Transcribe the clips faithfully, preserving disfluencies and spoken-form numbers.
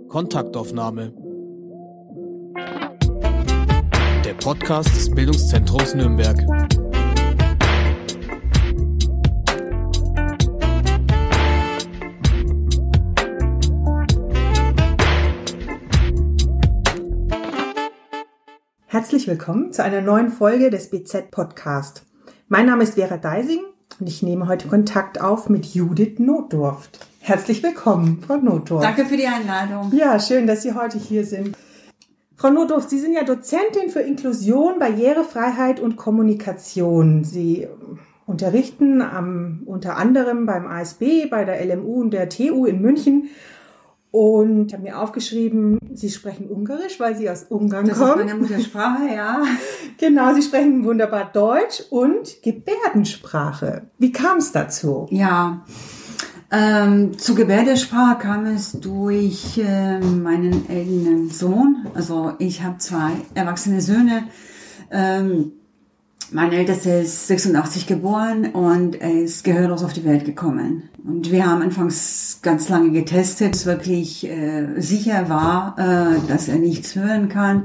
Kontaktaufnahme. Der Podcast des Bildungszentrums Nürnberg. Herzlich willkommen zu einer neuen Folge des B Z Podcast. Mein Name ist Vera Deising und ich nehme heute Kontakt auf mit Judith Notdurft. Herzlich willkommen, Frau Notdurft. Danke für die Einladung. Ja, schön, dass Sie heute hier sind. Frau Notdurft, Sie sind ja Dozentin für Inklusion, Barrierefreiheit und Kommunikation. Sie unterrichten am, unter anderem beim A S B, bei der L M U und der T U in München. Und habe mir aufgeschrieben, Sie sprechen Ungarisch, weil Sie aus Ungarn das kommen. Das ist meine Muttersprache, ja. Genau, Sie sprechen wunderbar Deutsch und Gebärdensprache. Wie kam es dazu? Ja, ähm, zu Gebärdensprache kam es durch äh, meinen eigenen Sohn. Also ich habe zwei erwachsene Söhne. Ähm, Mein Ältester ist sechsundachtzig geboren und er ist gehörlos auf die Welt gekommen. Und wir haben anfangs ganz lange getestet, dass es wirklich äh, sicher war, äh, dass er nichts hören kann.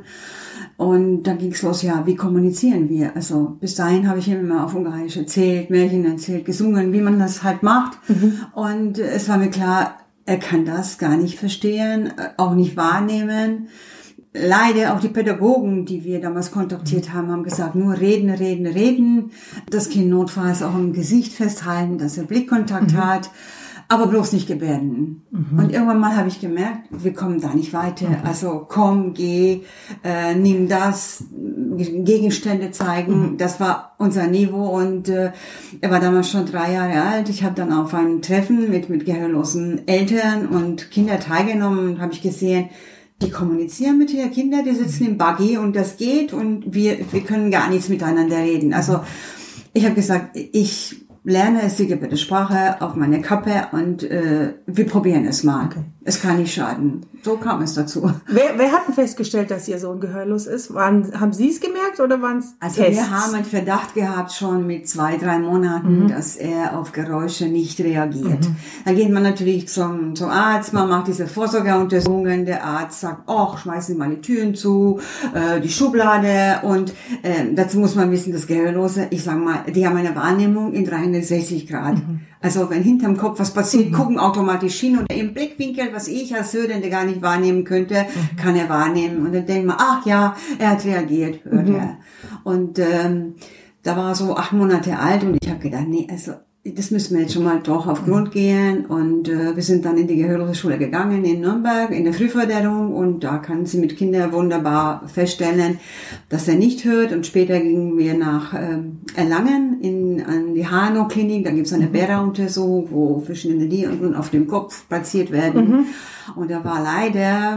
Und dann ging es los, ja, wie kommunizieren wir? Also bis dahin habe ich ihm immer auf Ungarisch erzählt, Märchen erzählt, gesungen, wie man das halt macht. Mhm. Und äh, es war mir klar, er kann das gar nicht verstehen, äh, auch nicht wahrnehmen. Leider auch die Pädagogen, die wir damals kontaktiert haben, haben gesagt, nur reden, reden, reden. Das Kind notfalls auch im Gesicht festhalten, dass er Blickkontakt mhm. hat, aber bloß nicht gebärden. Mhm. Und irgendwann mal habe ich gemerkt, wir kommen da nicht weiter. Mhm. Also komm, geh, äh, nimm das, Gegenstände zeigen. Mhm. Das war unser Niveau und äh, er war damals schon drei Jahre alt. Ich habe dann auf einem Treffen mit mit gehörlosen Eltern und Kindern teilgenommen und habe ich gesehen, die kommunizieren mit ihren Kindern, die sitzen im Buggy und das geht und wir wir können gar nichts miteinander reden. Also ich habe gesagt, ich lerne es die Gebärdensprache auf meine Kappe und äh, wir probieren es mal. Okay. Es kann nicht schaden. So kam es dazu. Wer, wer hat denn festgestellt, dass Ihr Sohn gehörlos ist? Waren, haben Sie es gemerkt oder waren es Also Tests? Wir haben einen Verdacht gehabt schon mit zwei, drei Monaten, mhm. dass er auf Geräusche nicht reagiert. Mhm. Dann geht man natürlich zum, zum Arzt, man macht diese Vorsorgeuntersuchungen. Der Arzt sagt, oh, schmeißen Sie mal die Türen zu, äh, die Schublade. Und äh, dazu muss man wissen, das Gehörlose, ich sag mal, die haben eine Wahrnehmung in dreihundertsechzig Grad. Mhm. Also wenn hinterm Kopf was passiert, mhm. gucken automatisch hin und im Blickwinkel, was ich als Hörende gar nicht wahrnehmen könnte, mhm. kann er wahrnehmen. Und dann denkt man, ach ja, er hat reagiert, hört mhm. er. Und ähm, da war er so acht Monate alt und ich habe gedacht, nee, also das müssen wir jetzt schon mal doch auf Grund gehen. Und äh, wir sind dann in die gehörlose Schule gegangen in Nürnberg, in der Frühförderung. Und da kann sie mit Kindern wunderbar feststellen, dass er nicht hört. Und später gingen wir nach ähm, Erlangen in an die Hanau-Klinik. Da gibt es eine Bera-Untersuchung, wo verschiedene Diagnosen auf dem Kopf platziert werden. Mhm. Und da war leider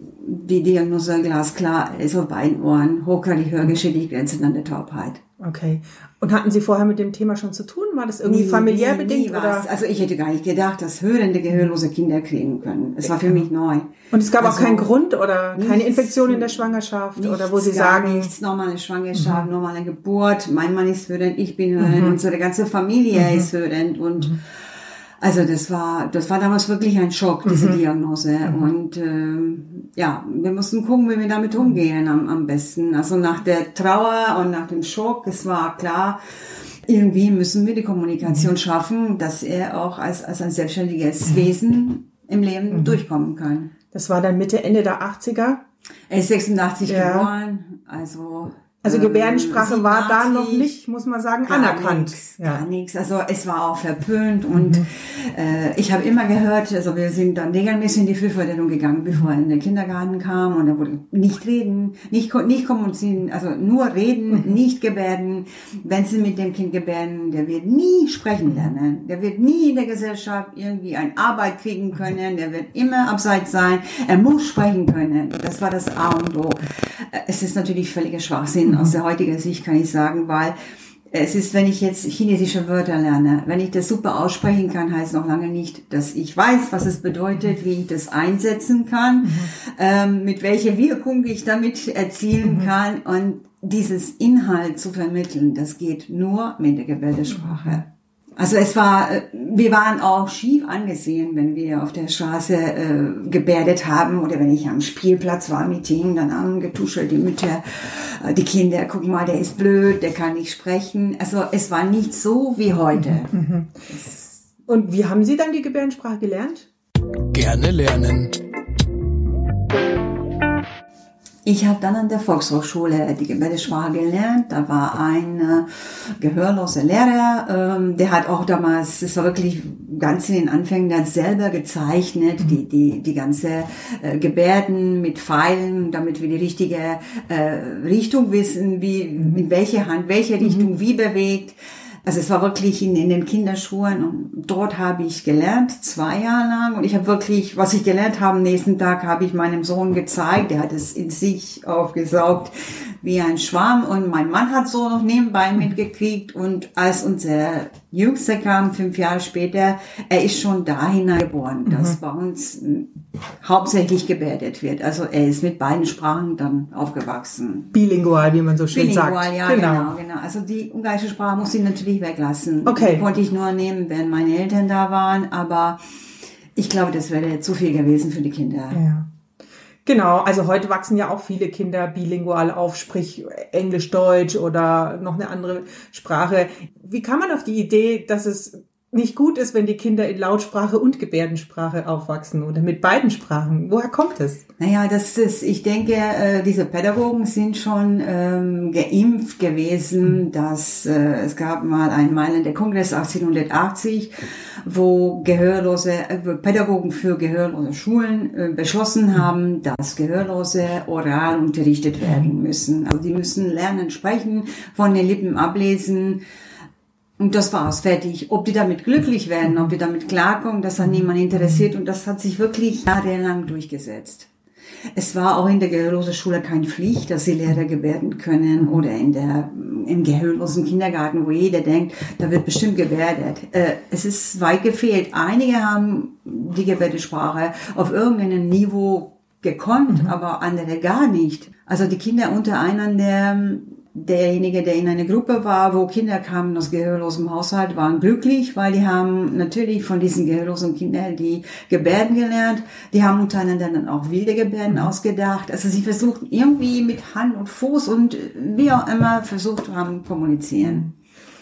die Diagnose glasklar, er ist auf beiden Ohren hochgradig hörgeschädigt, grenzend an der Taubheit. Okay. Und hatten Sie vorher mit dem Thema schon zu tun? War das irgendwie nie, familiär nie, bedingt? Nie oder? Also ich hätte gar nicht gedacht, dass hörende, gehörlose Kinder kriegen können. Es war für mich neu. Und es gab also, auch keinen Grund oder nichts, keine Infektion in der Schwangerschaft? Nichts, oder wo Sie sagen... nichts, normale Schwangerschaft, mhm. normale Geburt. Mein Mann ist hörend, ich bin hörend, mhm. unsere ganze Familie mhm. ist hörend. Und mhm. also das war das war damals wirklich ein Schock, diese mhm. Diagnose. Mhm. Und ähm, ja, wir mussten gucken, wie wir damit umgehen am, am besten. Also nach der Trauer und nach dem Schock, es war klar, irgendwie müssen wir die Kommunikation mhm. schaffen, dass er auch als, als ein selbstständiges mhm. Wesen im Leben mhm. durchkommen kann. Das war dann Mitte, Ende der achtziger? Er ist sechsundachtzig ja. geboren, also... Also Gebärdensprache ähm, war da noch nicht, muss man sagen, gar anerkannt. Nix, ja. Gar nichts. Also es war auch verpönt und mhm. äh, ich habe immer gehört, also wir sind dann regelmäßig in die Frühförderung gegangen, bevor er in den Kindergarten kam und da wurde nicht reden, nicht nicht kommunizieren, also nur reden, mhm. nicht gebärden. Wenn Sie mit dem Kind gebärden, der wird nie sprechen lernen, der wird nie in der Gesellschaft irgendwie eine Arbeit kriegen können, der wird immer abseits sein, er muss sprechen können. Das war das A und O. Es ist natürlich völliger Schwachsinn. Aus der heutigen Sicht kann ich sagen, weil es ist, wenn ich jetzt chinesische Wörter lerne, wenn ich das super aussprechen kann, heißt noch lange nicht, dass ich weiß, was es bedeutet, wie ich das einsetzen kann, mhm. ähm, mit welcher Wirkung ich damit erzielen mhm. kann. Und dieses Inhalt zu vermitteln, das geht nur mit der Gebärdensprache. Also es war, wir waren auch schief angesehen, wenn wir auf der Straße äh, gebärdet haben oder wenn ich am Spielplatz war mit ihnen, dann angetuschelt, die Mütter, äh, die Kinder, guck mal, der ist blöd, der kann nicht sprechen. Also es war nicht so wie heute. Mhm. Und wie haben Sie dann die Gebärdensprache gelernt? Gerne lernen. Ich habe dann an der Volkshochschule die Gebärdensprache gelernt. Da war ein äh, gehörloser Lehrer, ähm, der hat auch damals, das war wirklich ganz in den Anfängen, der hat selber gezeichnet, mhm. die die die ganze äh, Gebärden mit Pfeilen, damit wir die richtige äh, Richtung wissen, wie mhm. in welche Hand welche Richtung mhm. wie bewegt. Also es war wirklich in, in den Kinderschuhen und dort habe ich gelernt, zwei Jahre lang. Und ich habe wirklich, was ich gelernt habe, am nächsten Tag habe ich meinem Sohn gezeigt. Der hat es in sich aufgesaugt wie ein Schwamm. Und mein Mann hat so noch nebenbei mitgekriegt. Und als unser Jüngster kam, fünf Jahre später, er ist schon da hineingeboren, dass mhm. bei uns hauptsächlich gebärdet wird. Also er ist mit beiden Sprachen dann aufgewachsen. Bilingual, wie man so schön Bilingual, sagt. Ja, genau. genau, genau. Also die ungarische Sprache muss ich natürlich weglassen. Okay. Die konnte ich nur nehmen, wenn meine Eltern da waren, aber ich glaube, das wäre zu viel gewesen für die Kinder. Ja. Genau, also heute wachsen ja auch viele Kinder bilingual auf, sprich Englisch, Deutsch oder noch eine andere Sprache. Wie kam man auf die Idee, dass es nicht gut ist, wenn die Kinder in Lautsprache und Gebärdensprache aufwachsen oder mit beiden Sprachen? Woher kommt es? Naja, das ist, ich denke, äh, diese Pädagogen sind schon ähm, geimpft gewesen, mhm. dass äh, es gab mal einen Mailänder Kongress achtzehnhundertachtzig, wo Gehörlose, äh, Pädagogen für gehörlose Schulen äh, beschlossen haben, dass Gehörlose oral unterrichtet werden müssen. Also die müssen lernen, sprechen, von den Lippen ablesen. Und das war's, fertig. Ob die damit glücklich werden, ob die damit klarkommen, das hat niemand interessiert. Und das hat sich wirklich jahrelang durchgesetzt. Es war auch in der gehörlosen Schule keine Pflicht, dass sie Lehrer gebärden können oder in der, im gehörlosen Kindergarten, wo jeder denkt, da wird bestimmt gebärdet. Äh, es ist weit gefehlt. Einige haben die Gebärdensprache auf irgendeinem Niveau gekonnt, mhm. aber andere gar nicht. Also die Kinder untereinander, derjenige, der in einer Gruppe war, wo Kinder kamen aus gehörlosem Haushalt, waren glücklich, weil die haben natürlich von diesen gehörlosen Kindern die Gebärden gelernt. Die haben untereinander dann auch wilde Gebärden mhm. ausgedacht. Also sie versuchten irgendwie mit Hand und Fuß und wie auch immer versucht haben, kommunizieren.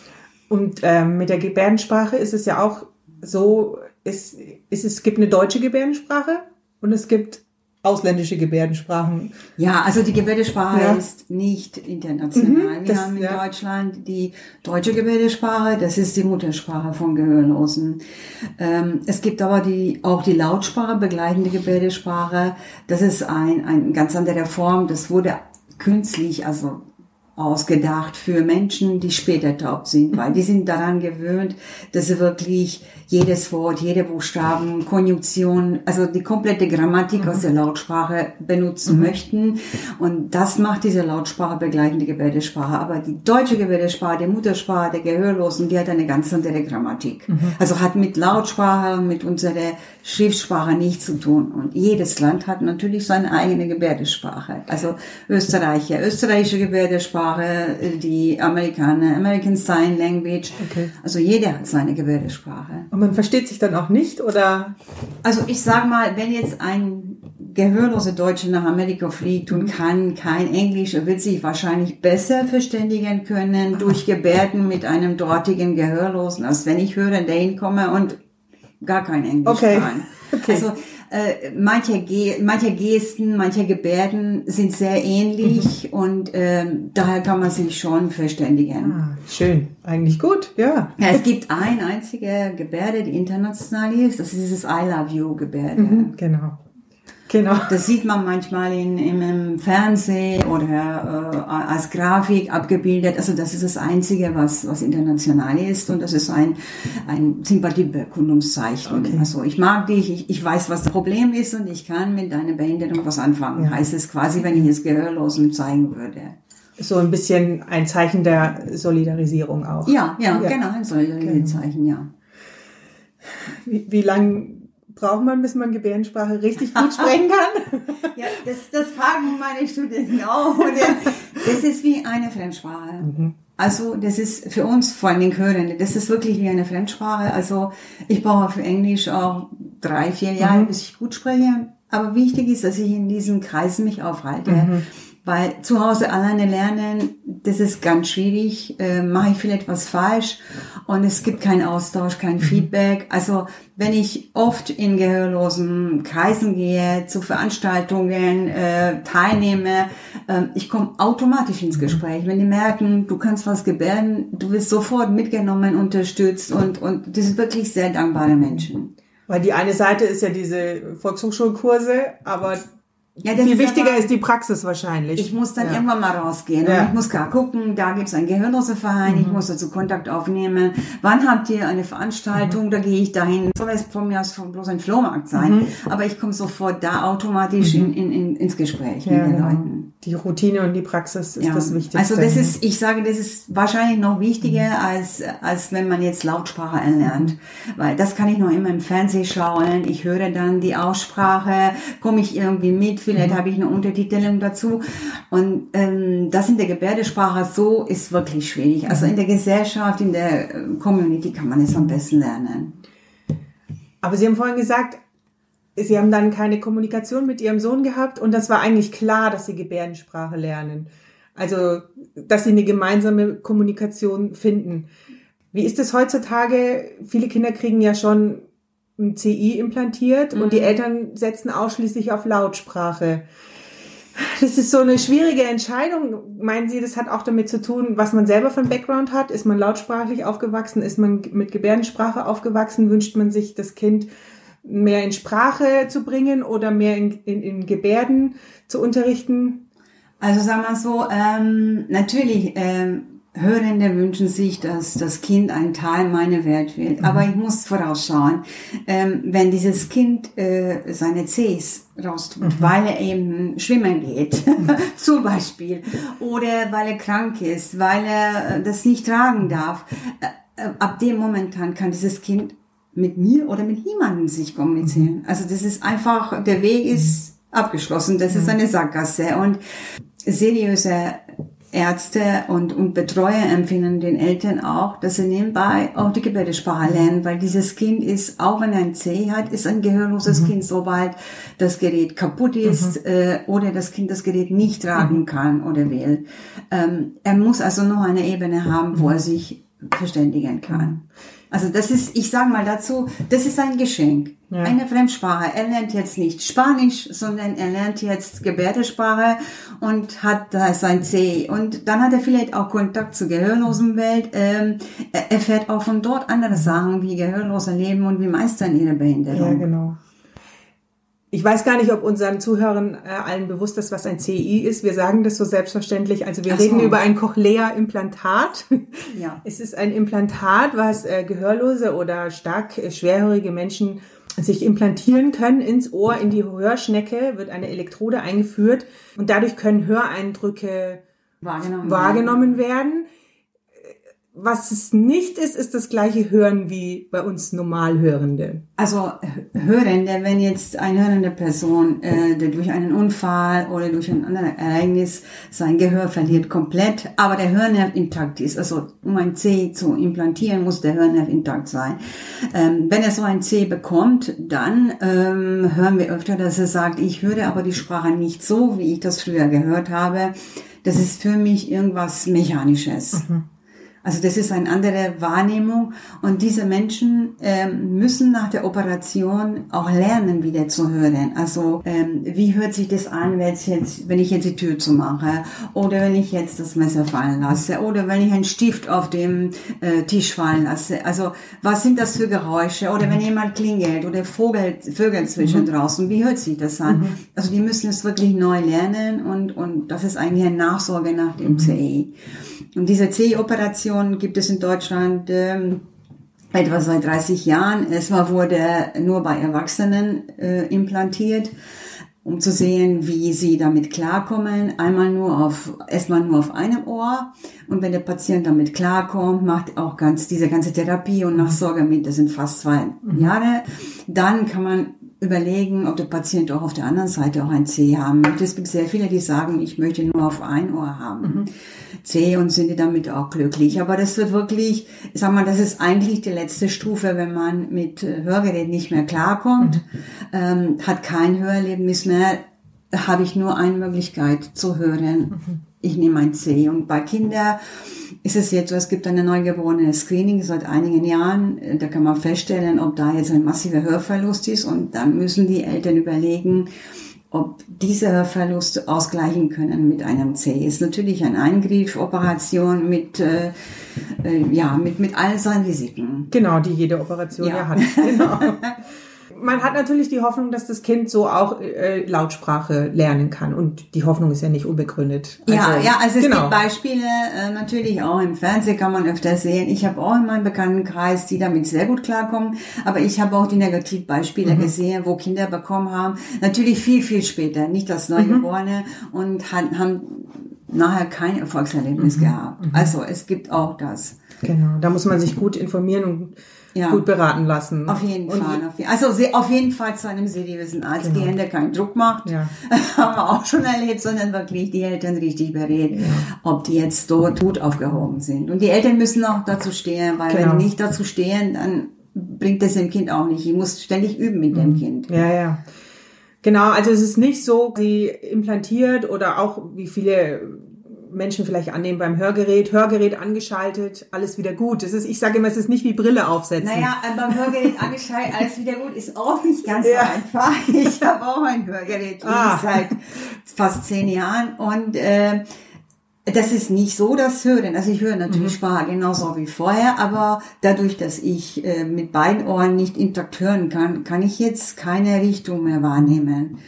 Und ähm, mit der Gebärdensprache ist es ja auch so, es, es, es gibt eine deutsche Gebärdensprache und es gibt ausländische Gebärdensprachen. Ja, also die Gebärdensprache ja. ist nicht international. Mhm, Wir das, haben in ja. Deutschland die deutsche Gebärdensprache, das ist die Muttersprache von Gehörlosen. Ähm, es gibt aber die, auch die Lautsprache, begleitende Gebärdensprache. Das ist ein, ein ganz andere Form. Das wurde künstlich, also ausgedacht für Menschen, die später taub sind, weil die sind daran gewöhnt, dass sie wirklich jedes Wort, jede Buchstaben, Konjunktion, also die komplette Grammatik mhm. aus der Lautsprache benutzen mhm. möchten. Und das macht diese Lautsprache begleitende Gebärdensprache. Aber die deutsche Gebärdensprache, die Muttersprache der Gehörlosen, die hat eine ganz andere Grammatik. Mhm. Also hat mit Lautsprache, mit unserer Schriftsprache nichts zu tun. Und jedes Land hat natürlich seine eigene Gebärdensprache. Also Österreicher, österreichische Gebärdensprache, die Amerikaner, American Sign Language. Okay. Also jeder hat seine Gebärdensprache. Und man versteht sich dann auch nicht, oder? Also ich sag mal, wenn jetzt ein gehörloser Deutscher nach Amerika fliegt und kann kein Englisch, er wird sich wahrscheinlich besser verständigen können Aha. durch Gebärden mit einem dortigen Gehörlosen, als wenn ich höre, der hinkomme und gar kein Englisch okay. kann. Okay. Also äh, manche, Ge manche Gesten, manche Gebärden sind sehr ähnlich mhm. und äh, daher kann man sich schon verständigen. Ah, schön, eigentlich gut, ja. ja. Es gibt ein einzige Gebärde, die international ist, das ist dieses I love you Gebärde. Mhm, genau. Genau. Das sieht man manchmal in, im Fernsehen oder äh, als Grafik abgebildet. Also das ist das Einzige, was, was international ist, und das ist ein, ein Sympathiebekundungszeichen. Okay. Also ich mag dich, ich, ich weiß, was das Problem ist, und ich kann mit deiner Behinderung was anfangen. Ja. Heißt es quasi, wenn ich es Gehörlosen zeigen würde. So ein bisschen ein Zeichen der Solidarisierung auch. Ja, ja, ja. genau, ein Solidaritätszeichen, genau. ja. Wie, wie lang braucht man, bis man Gebärdensprache richtig gut sprechen kann? Ja, das, das fragen meine Studenten auch. Oder Das ist wie eine Fremdsprache. Mhm. Also das ist für uns, vor allem Hörende, das ist wirklich wie eine Fremdsprache. Also ich brauche für Englisch auch drei, vier Jahre, mhm. bis ich gut spreche. Aber wichtig ist, dass ich in diesen Kreisen mich aufhalte. Mhm. Weil zu Hause alleine lernen, das ist ganz schwierig. Äh, mache ich viel etwas falsch und es gibt keinen Austausch, kein mhm. Feedback. Also wenn ich oft in gehörlosen Kreisen gehe, zu Veranstaltungen äh, teilnehme, äh, ich komme automatisch ins Gespräch. Wenn die merken, du kannst was gebärden, du wirst sofort mitgenommen, unterstützt und und das sind wirklich sehr dankbare Menschen. Weil die eine Seite ist ja diese Volkshochschulkurse, aber ja, viel ist wichtiger aber, ist die Praxis wahrscheinlich. Ich muss dann ja. irgendwann mal rausgehen und ja. ich muss gar gucken, da gibt's einen Gehörlosenverein, mhm. ich muss dazu Kontakt aufnehmen. Wann habt ihr eine Veranstaltung? Mhm. Da gehe ich dahin. Soll es von mir aus bloß ein Flohmarkt sein, mhm. aber ich komme sofort da automatisch mhm. in, in, in, ins Gespräch ja, mit den genau. Leuten. Die Routine und die Praxis ist ja. das Wichtigste. Also das ist, ich sage, das ist wahrscheinlich noch wichtiger, mhm. als als wenn man jetzt Lautsprache erlernt. Mhm. Weil das kann ich noch immer im Fernsehen schauen. Ich höre dann die Aussprache, komme ich irgendwie mit, vielleicht mhm. habe ich eine Untertitelung dazu. Und ähm, das in der Gebärdensprache so ist wirklich schwierig. Also in der Gesellschaft, in der Community kann man es am besten lernen. Aber Sie haben vorhin gesagt, Sie haben dann keine Kommunikation mit Ihrem Sohn gehabt und das war eigentlich klar, dass Sie Gebärdensprache lernen. Also, dass Sie eine gemeinsame Kommunikation finden. Wie ist es heutzutage? Viele Kinder kriegen ja schon ein C I implantiert mhm. und die Eltern setzen ausschließlich auf Lautsprache. Das ist so eine schwierige Entscheidung. Meinen Sie, das hat auch damit zu tun, was man selber für einen Background hat? Ist man lautsprachlich aufgewachsen? Ist man mit Gebärdensprache aufgewachsen? Wünscht man sich, das Kind mehr in Sprache zu bringen oder mehr in, in, in Gebärden zu unterrichten? Also sagen wir so, ähm, natürlich ähm, Hörende wünschen sich, dass das Kind ein Teil meiner Welt wird. Mhm. Aber ich muss vorausschauen, ähm, wenn dieses Kind äh, seine Cs raustut, mhm. weil er eben schwimmen geht, zum Beispiel, oder weil er krank ist, weil er das nicht tragen darf, äh, ab dem Moment kann dieses Kind mit mir oder mit niemandem sich kommunizieren. Also das ist einfach, der Weg ist abgeschlossen, das ist eine Sackgasse und seriöse Ärzte und, und Betreuer empfehlen den Eltern auch, dass sie nebenbei auch die Gebärdensprache lernen, weil dieses Kind ist, auch wenn er ein C hat, ist ein gehörloses mhm. Kind, sobald das Gerät kaputt ist mhm. äh, oder das Kind das Gerät nicht tragen mhm. kann oder will. Ähm, er muss also noch eine Ebene haben, wo er sich verständigen kann. Also das ist, ich sage mal dazu, das ist ein Geschenk. Ja. Eine Fremdsprache. Er lernt jetzt nicht Spanisch, sondern er lernt jetzt Gebärdensprache und hat da sein C. Und dann hat er vielleicht auch Kontakt zur Gehörlosenwelt. Ähm, er erfährt auch von dort andere Sachen, wie Gehörlose leben und wie meistern ihre Behinderung. Ja, genau. Ich weiß gar nicht, ob unseren Zuhörern äh, allen bewusst ist, was ein C I ist. Wir sagen das so selbstverständlich. Also wir Ach reden so. über ein Cochlea-Implantat. Ja. Es ist ein Implantat, was äh, gehörlose oder stark äh, schwerhörige Menschen sich implantieren können ins Ohr, in die Hörschnecke wird eine Elektrode eingeführt und dadurch können Höreindrücke wahrgenommen, wahrgenommen werden. werden. Was es nicht ist, ist das gleiche Hören wie bei uns Normalhörende. Also Hörende, wenn jetzt eine hörende Person äh, durch einen Unfall oder durch ein anderes Ereignis sein Gehör verliert komplett, aber der Hörnerv intakt ist, also um ein C zu implantieren, muss der Hörnerv intakt sein. Ähm, wenn er so ein C bekommt, dann ähm, hören wir öfter, dass er sagt, ich höre aber die Sprache nicht so, wie ich das früher gehört habe. Das ist für mich irgendwas Mechanisches. Mhm. Also das ist eine andere Wahrnehmung und diese Menschen ähm, müssen nach der Operation auch lernen, wieder zu hören. Also ähm, wie hört sich das an, wenn, jetzt, wenn ich jetzt die Tür zumache oder wenn ich jetzt das Messer fallen lasse oder wenn ich einen Stift auf dem äh, Tisch fallen lasse. Also was sind das für Geräusche oder wenn jemand klingelt oder Vogel, Vögel zwischen mhm. draußen, wie hört sich das an? Mhm. Also die müssen es wirklich neu lernen und, und das ist eigentlich eine Nachsorge nach dem mhm. C I. Und diese C I-Operation gibt es in Deutschland ähm, etwa seit dreißig Jahren. Es war, wurde nur bei Erwachsenen äh, implantiert, um zu sehen, wie sie damit klarkommen. Einmal nur auf, erstmal nur auf einem Ohr. Und wenn der Patient damit klarkommt, macht auch ganz diese ganze Therapie und Nachsorge mit. Das sind fast zwei mhm. Jahre. Dann kann man überlegen, ob der Patient auch auf der anderen Seite auch ein C haben möchte. Es gibt sehr viele, die sagen, ich möchte nur auf ein Ohr haben mhm. C und sind damit auch glücklich. Aber das wird wirklich, ich sag mal, das ist eigentlich die letzte Stufe, wenn man mit Hörgerät nicht mehr klarkommt, mhm. ähm, hat kein Hörerlebnis mehr, habe ich nur eine Möglichkeit zu hören. Mhm. Ich nehme ein C. Und bei Kindern ist es jetzt so, es gibt eine neugeborene Screening seit einigen Jahren. Da kann man feststellen, ob da jetzt ein massiver Hörverlust ist. Und dann müssen die Eltern überlegen, ob diese Hörverlust ausgleichen können mit einem C. Ist natürlich ein Eingriff, Operation mit, äh, äh, ja, mit, mit all seinen Risiken. Genau, die jede Operation ja, ja hat. Genau. Man hat natürlich die Hoffnung, dass das Kind so auch äh, Lautsprache lernen kann. Und die Hoffnung ist ja nicht unbegründet. Also, ja, ja, also es genau. gibt Beispiele, äh, natürlich auch im Fernsehen kann man öfter sehen. Ich habe auch in meinem Bekanntenkreis, die damit sehr gut klarkommen. Aber ich habe auch die Negativbeispiele mhm. gesehen, wo Kinder bekommen haben. Natürlich viel, viel später, nicht das Neugeborene. Mhm. Und hat, haben nachher kein Erfolgserlebnis mhm. gehabt. Mhm. Also es gibt auch das. Genau, da muss man sich gut informieren und ja. gut beraten lassen. Auf jeden und Fall. Auf je- also auf jeden Fall zu einem seriösen Arzt genau. gehen, der keinen Druck macht. Ja. Haben wir auch schon erlebt, sondern wirklich die Eltern richtig berät, ja. ob die jetzt dort gut aufgehoben sind. Und die Eltern müssen auch dazu stehen, weil genau. wenn die nicht dazu stehen, dann bringt es dem Kind auch nicht. Ich muss ständig üben mit mhm. dem Kind. Ja, ja. Genau, also es ist nicht so, sie implantiert oder auch wie viele Menschen vielleicht annehmen beim Hörgerät, Hörgerät angeschaltet, alles wieder gut. Das ist, ich sage immer, es ist nicht wie Brille aufsetzen. Naja, beim Hörgerät angeschaltet, alles wieder gut, ist auch nicht ganz ja. so einfach. Ich habe auch ein Hörgerät ah. seit fast zehn Jahren und äh, das ist nicht so das Hören. Also ich höre natürlich mhm. Sprache genauso wie vorher, aber dadurch, dass ich äh, mit beiden Ohren nicht intakt hören kann, kann ich jetzt keine Richtung mehr wahrnehmen.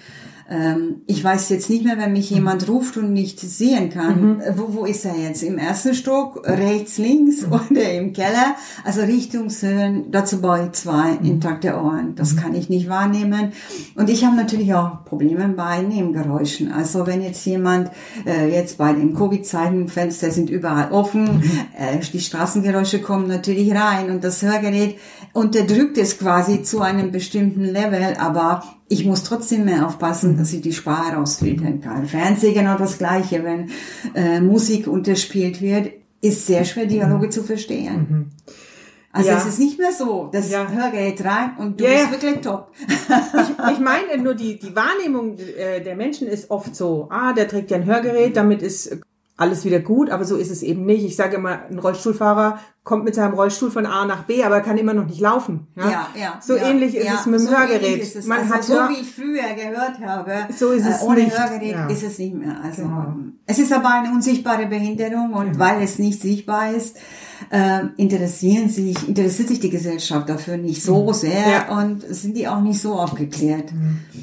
Ich weiß jetzt nicht mehr, wenn mich jemand ruft und nicht sehen kann, mhm. wo, wo ist er jetzt? Im ersten Stock, rechts, links mhm. oder im Keller? Also Richtungshören, dazu brauche ich zwei mhm. intakte Ohren. Das mhm. kann ich nicht wahrnehmen. Und ich habe natürlich auch Probleme bei Nebengeräuschen. Also wenn jetzt jemand, äh, jetzt bei den Covid-Zeiten, Fenster sind überall offen, mhm. äh, die Straßengeräusche kommen natürlich rein und das Hörgerät unterdrückt es quasi zu einem bestimmten Level, aber ich muss trotzdem mehr aufpassen, dass ich die Sprache rausfiltern kann. Fernsehen genau das Gleiche. Wenn äh, Musik unterspielt wird, ist sehr schwer, Dialoge mhm. zu verstehen. Mhm. Also ja. es ist nicht mehr so, das ja. Hörgerät rein und du yeah. bist wirklich top. ich, ich meine nur, die, die Wahrnehmung äh, der Menschen ist oft so, ah, der trägt ja ein Hörgerät, damit ist alles wieder gut, aber so ist es eben nicht. Ich sage immer, ein Rollstuhlfahrer kommt mit seinem Rollstuhl von A nach B, aber er kann immer noch nicht laufen. Ja, ja. ja so ja, ähnlich ist ja, es mit dem so Hörgerät. Ist es. Man also hat so wie ich früher gehört habe, so ist es äh, ohne nicht. Hörgerät ja. ist es nicht mehr. Also genau. Es ist aber eine unsichtbare Behinderung und ja. weil es nicht sichtbar ist, äh, interessieren sich, interessiert sich die Gesellschaft dafür nicht so mhm. sehr ja. und sind die auch nicht so aufgeklärt.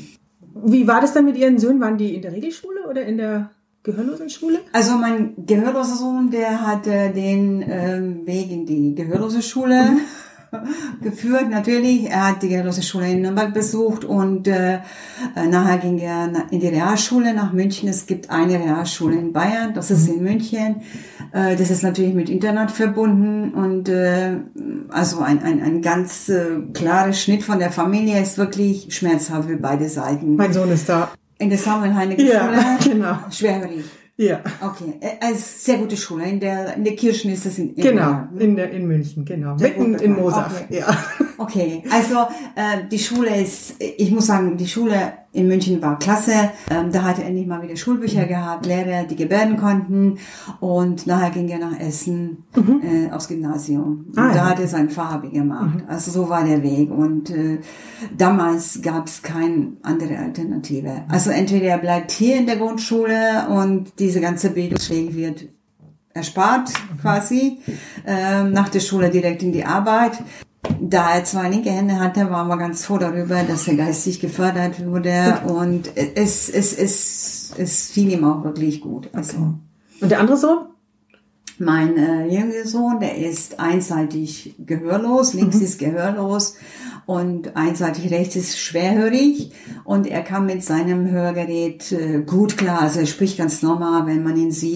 Wie war das dann mit Ihren Söhnen? Waren die in der Regelschule oder in der Gehörlosenschule? Also mein gehörloser Sohn, der hatte den ähm, Weg in die gehörlose Schule mhm. geführt, natürlich. Er hat die gehörlose Schule in Nürnberg besucht und äh, nachher ging er in die Realschule nach München. Es gibt eine Realschule in Bayern, das ist in München. Äh, das ist natürlich mit Internat verbunden und äh, also ein, ein, ein ganz äh, klarer Schnitt von der Familie ist wirklich schmerzhaft für beide Seiten. Mein Sohn ist da. In der Samuel-Heinecke ja, Schule? Genau. Schwerhörig. Ja. Okay. Also sehr gute Schule. In der, in der Kirchen ist das in, in Genau, in der, in München, genau. Sehr Mitten in Mosach. Okay. Ja. Okay. Also, äh, die Schule ist, ich muss sagen, die Schule in München war klasse. Ähm, da hatte er endlich mal wieder Schulbücher mhm. gehabt, Lehrer, die gebärden konnten. Und nachher ging er nach Essen, mhm. äh, aufs Gymnasium. Und ah, da ja. hat er sein Fachabi gemacht. Mhm. Also so war der Weg. Und, äh, damals gab es keine andere Alternative. Also entweder er bleibt hier in der Grundschule und diese ganze Bildungsweg wird erspart, mhm. quasi, ähm, nach der Schule direkt in die Arbeit. Da er zwei linke Hände hatte, waren wir ganz froh darüber, dass er geistig gefördert wurde und es, es, es, es fiel ihm auch wirklich gut. Also. Okay. Und der andere Sohn? Mein äh, jüngerer Sohn, der ist einseitig gehörlos, links mhm. ist gehörlos und einseitig rechts ist schwerhörig und er kam mit seinem Hörgerät äh, gut klar, also er spricht ganz normal, wenn man ihn sieht,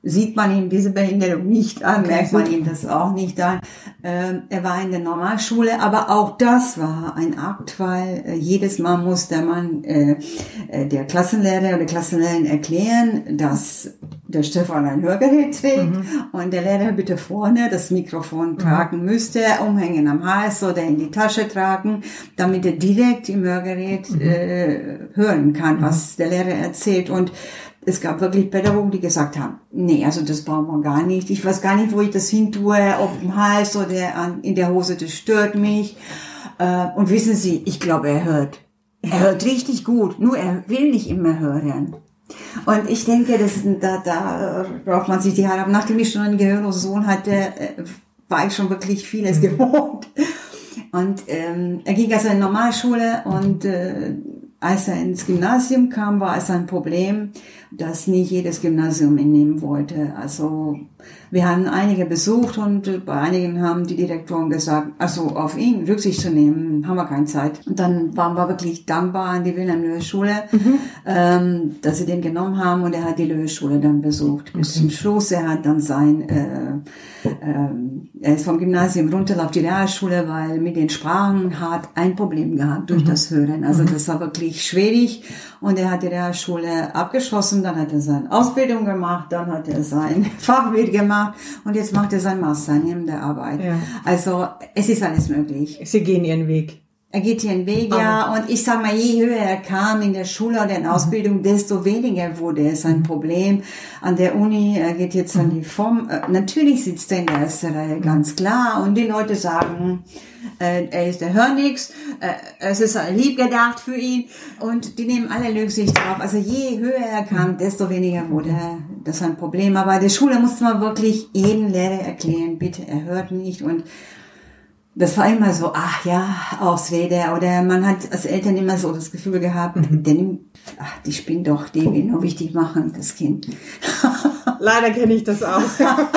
sieht man ihm diese Behinderung nicht an, merkt man ihm das auch nicht an. Ähm, er war in der Normalschule, aber auch das war ein Akt, weil äh, jedes Mal musste man äh, äh, der Klassenlehrer oder Klassenlehrerin erklären, dass der Stefan ein Hörgerät trägt mhm. und der Lehrer bitte vorne das Mikrofon mhm. tragen müsste, umhängen am Hals oder in die Tasche tragen, damit er direkt im Hörgerät mhm. äh, hören kann, was der Lehrer erzählt. Und es gab wirklich Pädagogen, die gesagt haben, nee, also das brauchen wir gar nicht. Ich weiß gar nicht, wo ich das hin tue, ob im Hals oder an, in der Hose, das stört mich. Äh, und wissen Sie, ich glaube, er hört. Er hört richtig gut, nur er will nicht immer hören. Und ich denke, das, da, da braucht man sich die Haare ab. Nachdem ich schon einen gehörlosen Sohn hatte, war ich schon wirklich vieles gewohnt. Und ähm, er ging also in die Normalschule und äh, als er ins Gymnasium kam, war es ein Problem, dass nicht jedes Gymnasium ihn nehmen wollte. Also wir haben einige besucht und bei einigen haben die Direktoren gesagt, also auf ihn Rücksicht zu nehmen, haben wir keine Zeit. Und dann waren wir wirklich dankbar an die Wilhelm-Löwe-Schule, mhm. ähm, dass sie den genommen haben und er hat die Löwe-Schule dann besucht. Bis okay. zum Schluss, er hat dann sein, äh, äh, er ist vom Gymnasium runter auf die Realschule, weil mit den Sprachen hat ein Problem gehabt durch mhm. das Hören. Also mhm. das war wirklich schwierig und er hat die Realschule abgeschlossen, dann hat er seine Ausbildung gemacht, dann hat er sein Fachwirt gemacht und jetzt macht er sein Master in der Arbeit. Ja. Also es ist alles möglich. Sie gehen ihren Weg. Er geht ihren Weg, oh. ja. Und ich sag mal, je höher er kam in der Schule oder in der Ausbildung, desto weniger wurde es ein Problem. An der Uni, er geht jetzt an die Form. Natürlich sitzt er in der ersten Reihe, ganz klar. Und die Leute sagen, äh, er ist, er hört nichts, äh, es ist lieb gedacht für ihn. Und die nehmen alle Rücksicht drauf. Also je höher er kam, desto weniger wurde das ein Problem. Aber in der Schule musste man wirklich jeden Lehrer erklären, bitte, er hört nicht. Und das war immer so, ach ja, Ausrede. Oder man hat als Eltern immer so das Gefühl gehabt, mhm. denn, ach, die spinnt doch, die will nur wichtig machen, das Kind. Leider kenne ich das auch.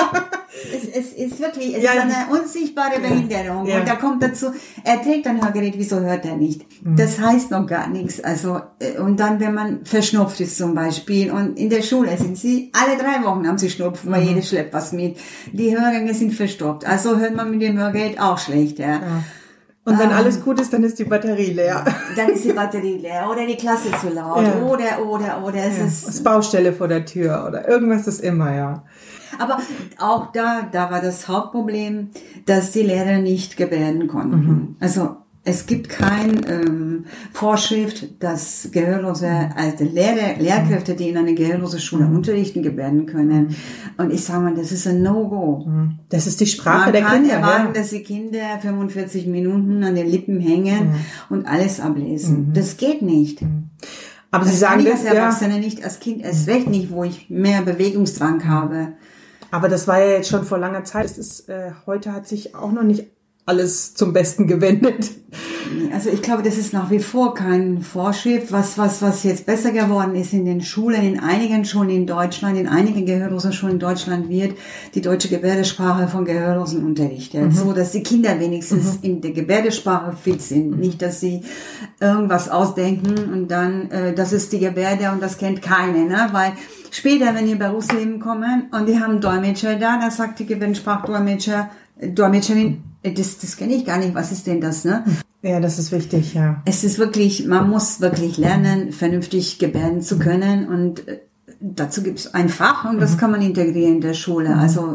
es, es ist wirklich, es ja, ist eine unsichtbare Behinderung. Ja. Und da kommt dazu, er trägt ein Hörgerät, wieso hört er nicht? Mhm. Das heißt noch gar nichts. Also, und dann, wenn man verschnupft ist zum Beispiel, und in der Schule sind sie, alle drei Wochen haben sie Schnupfen, weil mhm. jeder schleppt was mit. Die Hörgänge sind verstopft. Also hört man mit dem Hörgerät auch schlecht, ja. ja. Und wenn ähm, alles gut ist, dann ist die Batterie leer. Dann ist die Batterie leer oder die Klasse zu laut ja. oder, oder, oder es ja. ist... Es Baustelle vor der Tür oder irgendwas ist immer, ja. Aber auch da, da war das Hauptproblem, dass die Lehrer nicht gebärden konnten. Mhm. Also es gibt keine ähm, Vorschrift, dass Gehörlose, also Lehrer, Lehrkräfte, die in einer gehörlosen Schule mhm. unterrichten, gebärden können. Und ich sage mal, das ist ein No-Go. Das ist die Sprache Man der Kinder. Man kann erwarten, ja. dass die Kinder fünfundvierzig Minuten an den Lippen hängen mhm. und alles ablesen. Mhm. Das geht nicht. Mhm. Aber das Sie sagen das das, Erwachsene ja. nicht, als Kind erst recht nicht, wo ich mehr Bewegungsdrang habe. Aber das war ja jetzt schon vor langer Zeit. Es ist, äh, heute hat sich auch noch nicht alles zum Besten gewendet. Also ich glaube, das ist nach wie vor kein Vorschrift. Was, was, was jetzt besser geworden ist in den Schulen, in einigen Schulen in Deutschland, in einigen gehörlosen Schulen in Deutschland wird die deutsche Gebärdensprache von Gehörlosen unterrichtet. Mhm. So, dass die Kinder wenigstens mhm. in der Gebärdensprache fit sind. Mhm. Nicht, dass sie irgendwas ausdenken und dann, äh, das ist die Gebärde und das kennt keine, ne? Weil später, wenn die Berufsleben kommen und die haben Dolmetscher da, dann sagt die Gebärdensprachdolmetscher, Dolmetscherin, das, das kenne ich gar nicht, was ist denn das, ne? Ja, das ist wichtig, ja. Es ist wirklich, man muss wirklich lernen, vernünftig gebärden zu können und dazu gibt es ein Fach und das kann man integrieren in der Schule. Also,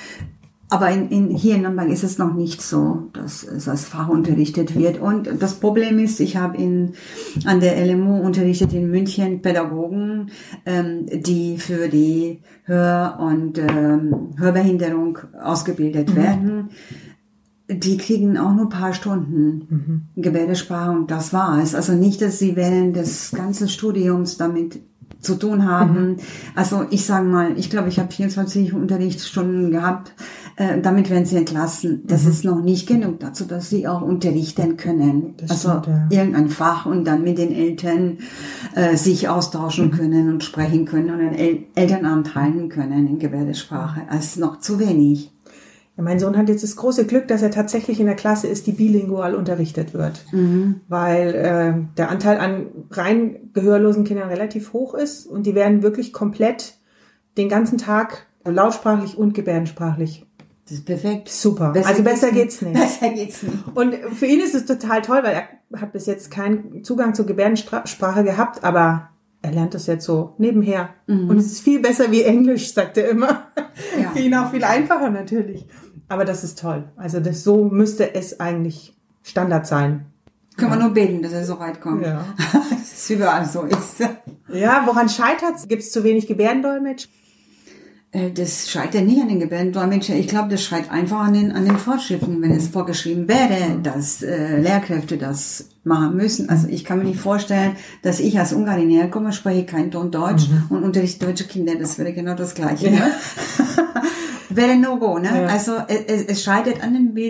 aber in, in, hier in Nürnberg ist es noch nicht so, dass es als Fach unterrichtet wird. Und das Problem ist, ich habe in, an der L M U unterrichtet in München Pädagogen, ähm, die für die Hör- und ähm, Hörbehinderung ausgebildet mhm. werden. Die kriegen auch nur ein paar Stunden mhm. Gebärdensprache und das war's. Also nicht, dass sie während des ganzen Studiums damit zu tun haben. Mhm. Also ich sage mal, ich glaube, ich habe vierundzwanzig Unterrichtsstunden gehabt. Äh, damit werden sie entlassen. Das mhm. ist noch nicht genug dazu, dass sie auch unterrichten können. Das also stimmt, ja. irgendein Fach und dann mit den Eltern äh, sich austauschen mhm. können und sprechen können und ein El- Elternamt halten können in Gebärdensprache. Das ist noch zu wenig. Ja, mein Sohn hat jetzt das große Glück, dass er tatsächlich in der Klasse ist, die bilingual unterrichtet wird. Mhm. Weil äh, der Anteil an rein gehörlosen Kindern relativ hoch ist und die werden wirklich komplett den ganzen Tag Lautsprachlich und gebärdensprachlich. Das ist perfekt. Super. Besser also besser geht's geht's nicht. Besser geht's nicht. Und für ihn ist es total toll, weil er hat bis jetzt keinen Zugang zur Gebärdensprache gehabt, aber er lernt das jetzt so nebenher. Mhm. Und es ist viel besser wie Englisch, sagt er immer. Ja. Für ihn auch viel einfacher natürlich. Aber das ist toll. Also das, so müsste es eigentlich Standard sein. Können ja. wir nur beten, dass er so weit kommt. Ja. Dass es überall so ist. Ja, woran scheitert's? Gibt es zu wenig Gebärdendolmetsch? Das scheitert nicht an den Gebärdendolmetschern. Ich glaube, das scheitert einfach an den, an den Vorschriften, wenn es vorgeschrieben wäre, dass äh, Lehrkräfte das machen müssen. Also ich kann mir nicht vorstellen, dass ich als Ungarin herkomme, spreche kein Ton Deutsch mhm. und unterrichte deutsche Kinder. Das wäre genau das Gleiche. Ja. Ne? Wäre ein No-Go, ne? Ja. Also es, es scheitert an den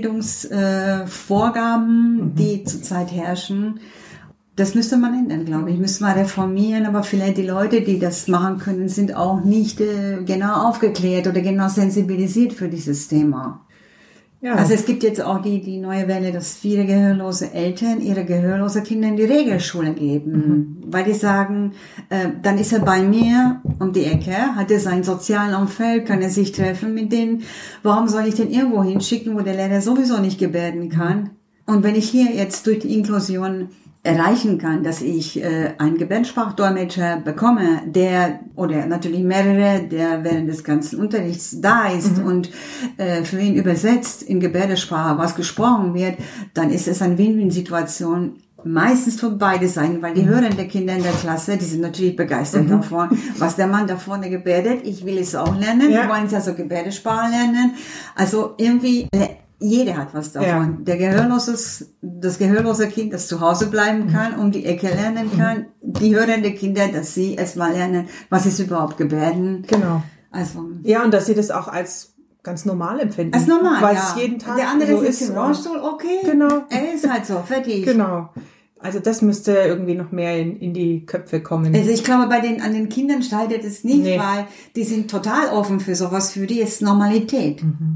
Bildungsvorgaben, äh, mhm. die zurzeit herrschen. Das müsste man ändern, glaube ich. Müsste man reformieren, aber vielleicht die Leute, die das machen können, sind auch nicht äh, genau aufgeklärt oder genau sensibilisiert für dieses Thema. Ja. Also es gibt jetzt auch die, die neue Welle, dass viele gehörlose Eltern ihre gehörlose Kinder in die Regelschule geben, mhm. weil die sagen, äh, dann ist er bei mir um die Ecke, hat er sein soziales Umfeld, kann er sich treffen mit denen. Warum soll ich den irgendwo hinschicken, wo der Lehrer sowieso nicht gebärden kann? Und wenn ich hier jetzt durch die Inklusion erreichen kann, dass ich äh, einen Gebärdensprachdolmetscher bekomme, der, oder natürlich mehrere, der während des ganzen Unterrichts da ist mhm. und äh, für ihn übersetzt in Gebärdensprache, was gesprochen wird, dann ist es eine Win-Win-Situation, meistens für beide Seiten, weil die mhm. hörenden Kinder in der Klasse, die sind natürlich begeistert mhm. davon, was der Mann da vorne gebärdet, ich will es auch lernen, ja. wir wollen es also Gebärdensprache lernen, also irgendwie jeder hat was davon. Ja. Der Gehörlose, das gehörlose Kind, das zu Hause bleiben kann, um die Ecke lernen kann. Die hörende Kinder, dass sie erstmal lernen, was ist überhaupt Gebärden. Genau. Also. Ja, und dass sie das auch als ganz normal empfinden. Als normal, weil ja. es jeden Tag der andere so sitzt ist. im Rollstuhl, okay. Genau. Er ist halt so, fertig. Genau. Also das müsste irgendwie noch mehr in, in die Köpfe kommen. Also ich glaube, bei den, an den Kindern scheitert es nicht, nee. weil die sind total offen für sowas, für die ist Normalität. Mhm.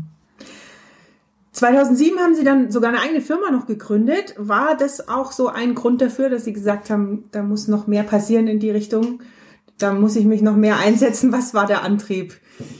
zweitausendsieben haben Sie dann sogar eine eigene Firma noch gegründet. War das auch so ein Grund dafür, dass Sie gesagt haben, da muss noch mehr passieren in die Richtung? Da muss ich mich noch mehr einsetzen. Was war der Antrieb?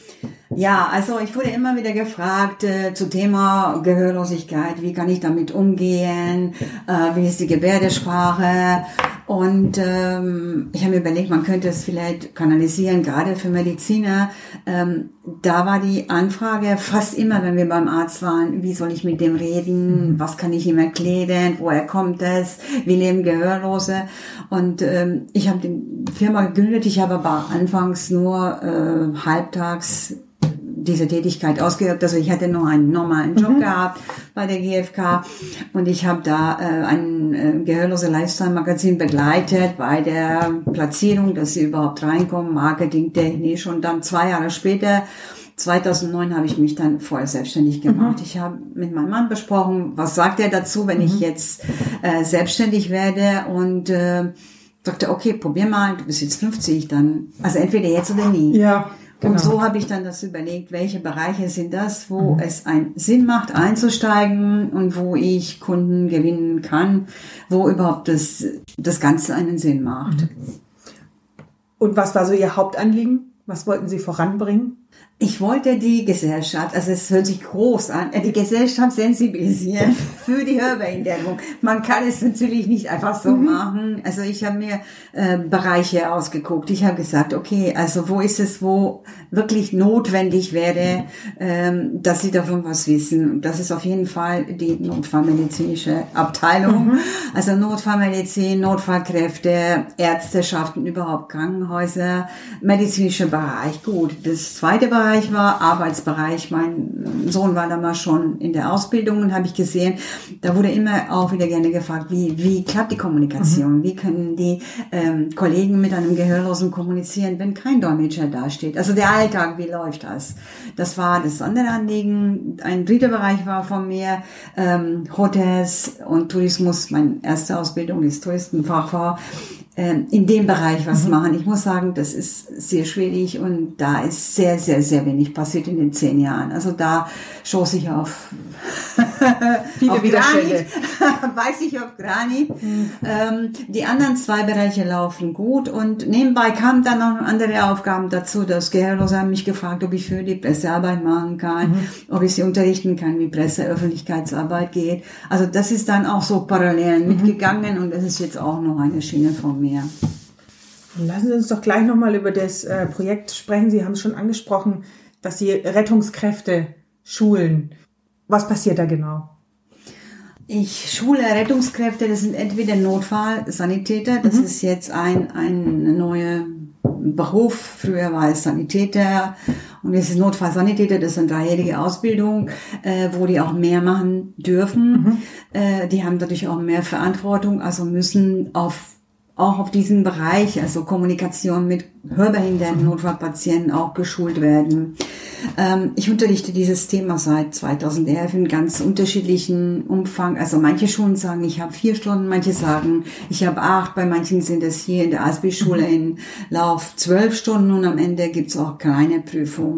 Ja, also ich wurde immer wieder gefragt äh, zu Thema Gehörlosigkeit. Wie kann ich damit umgehen? Äh, wie ist die Gebärdensprache? Und ähm, ich habe mir überlegt, man könnte es vielleicht kanalisieren, gerade für Mediziner. Ähm, da war die Anfrage fast immer, wenn wir beim Arzt waren, wie soll ich mit dem reden? Was kann ich ihm erklären? Woher kommt es? Wie leben Gehörlose? Und ähm, ich habe die Firma gegründet. Ich habe aber anfangs nur äh, halbtags diese Tätigkeit ausgeübt. Also ich hatte nur einen normalen Job mhm. gehabt bei der G F K und ich habe da äh, ein äh, gehörlose Lifestyle-Magazin begleitet bei der Platzierung, dass sie überhaupt reinkommen, marketingtechnisch, und dann zwei Jahre später, zweitausendneun, habe ich mich dann voll selbstständig gemacht. Mhm. Ich habe mit meinem Mann besprochen, was sagt er dazu, wenn mhm. ich jetzt äh, selbstständig werde, und äh, sagte, okay, probier mal, du bist jetzt fünfzig, dann, also entweder jetzt oder nie. Ja. Genau. Und so habe ich dann das überlegt, welche Bereiche sind das, wo mhm. es einen Sinn macht, einzusteigen und wo ich Kunden gewinnen kann, wo überhaupt das, das Ganze einen Sinn macht. Mhm. Und was war so Ihr Hauptanliegen? Was wollten Sie voranbringen? Ich wollte die Gesellschaft, also es hört sich groß an, die Gesellschaft sensibilisieren für die Hörbehinderung. Man kann es natürlich nicht einfach so mhm. machen. Also ich habe mir äh, Bereiche ausgeguckt. Ich habe gesagt, okay, also wo ist es, wo wirklich notwendig wäre, ähm, dass sie davon was wissen. Das ist auf jeden Fall die notfallmedizinische Abteilung. Mhm. Also Notfallmedizin, Notfallkräfte, Ärzteshaften, überhaupt Krankenhäuser, medizinischer Bereich. Gut, das zweite Bereich war Arbeitsbereich. Mein Sohn war damals schon in der Ausbildung und habe ich gesehen, da wurde immer auch wieder gerne gefragt, wie, wie klappt die Kommunikation? Mhm. Wie können die ähm, Kollegen mit einem Gehörlosen kommunizieren, wenn kein Dolmetscher dasteht? Also der Alltag, wie läuft das? Das war das andere Anliegen. Ein dritter Bereich war von mir ähm, Hotels und Tourismus. Meine erste Ausbildung ist Touristenfachfrau. In dem Bereich was mhm. machen. Ich muss sagen, das ist sehr schwierig und da ist sehr, sehr, sehr wenig passiert in den zehn Jahren. Also da stoße ich auf Viele auf Widerstände. Granit, weiß ich auf Granit. Mhm. Ähm, die anderen zwei Bereiche laufen gut und nebenbei kamen dann noch andere Aufgaben dazu. Das Gehörlose haben mich gefragt, ob ich für die Pressearbeit machen kann, mhm. ob ich sie unterrichten kann, wie Presseöffentlichkeitsarbeit geht. Also das ist dann auch so parallel mhm. mitgegangen und das ist jetzt auch noch eine Schiene von mir. Lassen Sie uns doch gleich nochmal über das äh, Projekt sprechen. Sie haben es schon angesprochen, dass Sie Rettungskräfte schulen. Was passiert da genau? Ich schule Rettungskräfte, das sind entweder Notfallsanitäter, das mhm. ist jetzt ein, ein neuer Beruf. Früher war es Sanitäter und jetzt ist Notfallsanitäter, das ist eine dreijährige Ausbildung, äh, wo die auch mehr machen dürfen. Mhm. Äh, die haben dadurch auch mehr Verantwortung, also müssen auf auch auf diesen Bereich, also Kommunikation mit hörbehinderten Notfallpatienten auch geschult werden. Ähm, ich unterrichte dieses Thema seit zweitausendelf in ganz unterschiedlichen Umfang. Also manche Schulen sagen, ich habe vier Stunden, manche sagen, ich habe acht. Bei manchen sind es hier in der A S B I-Schule in Lauf zwölf Stunden und am Ende gibt's auch keine Prüfung.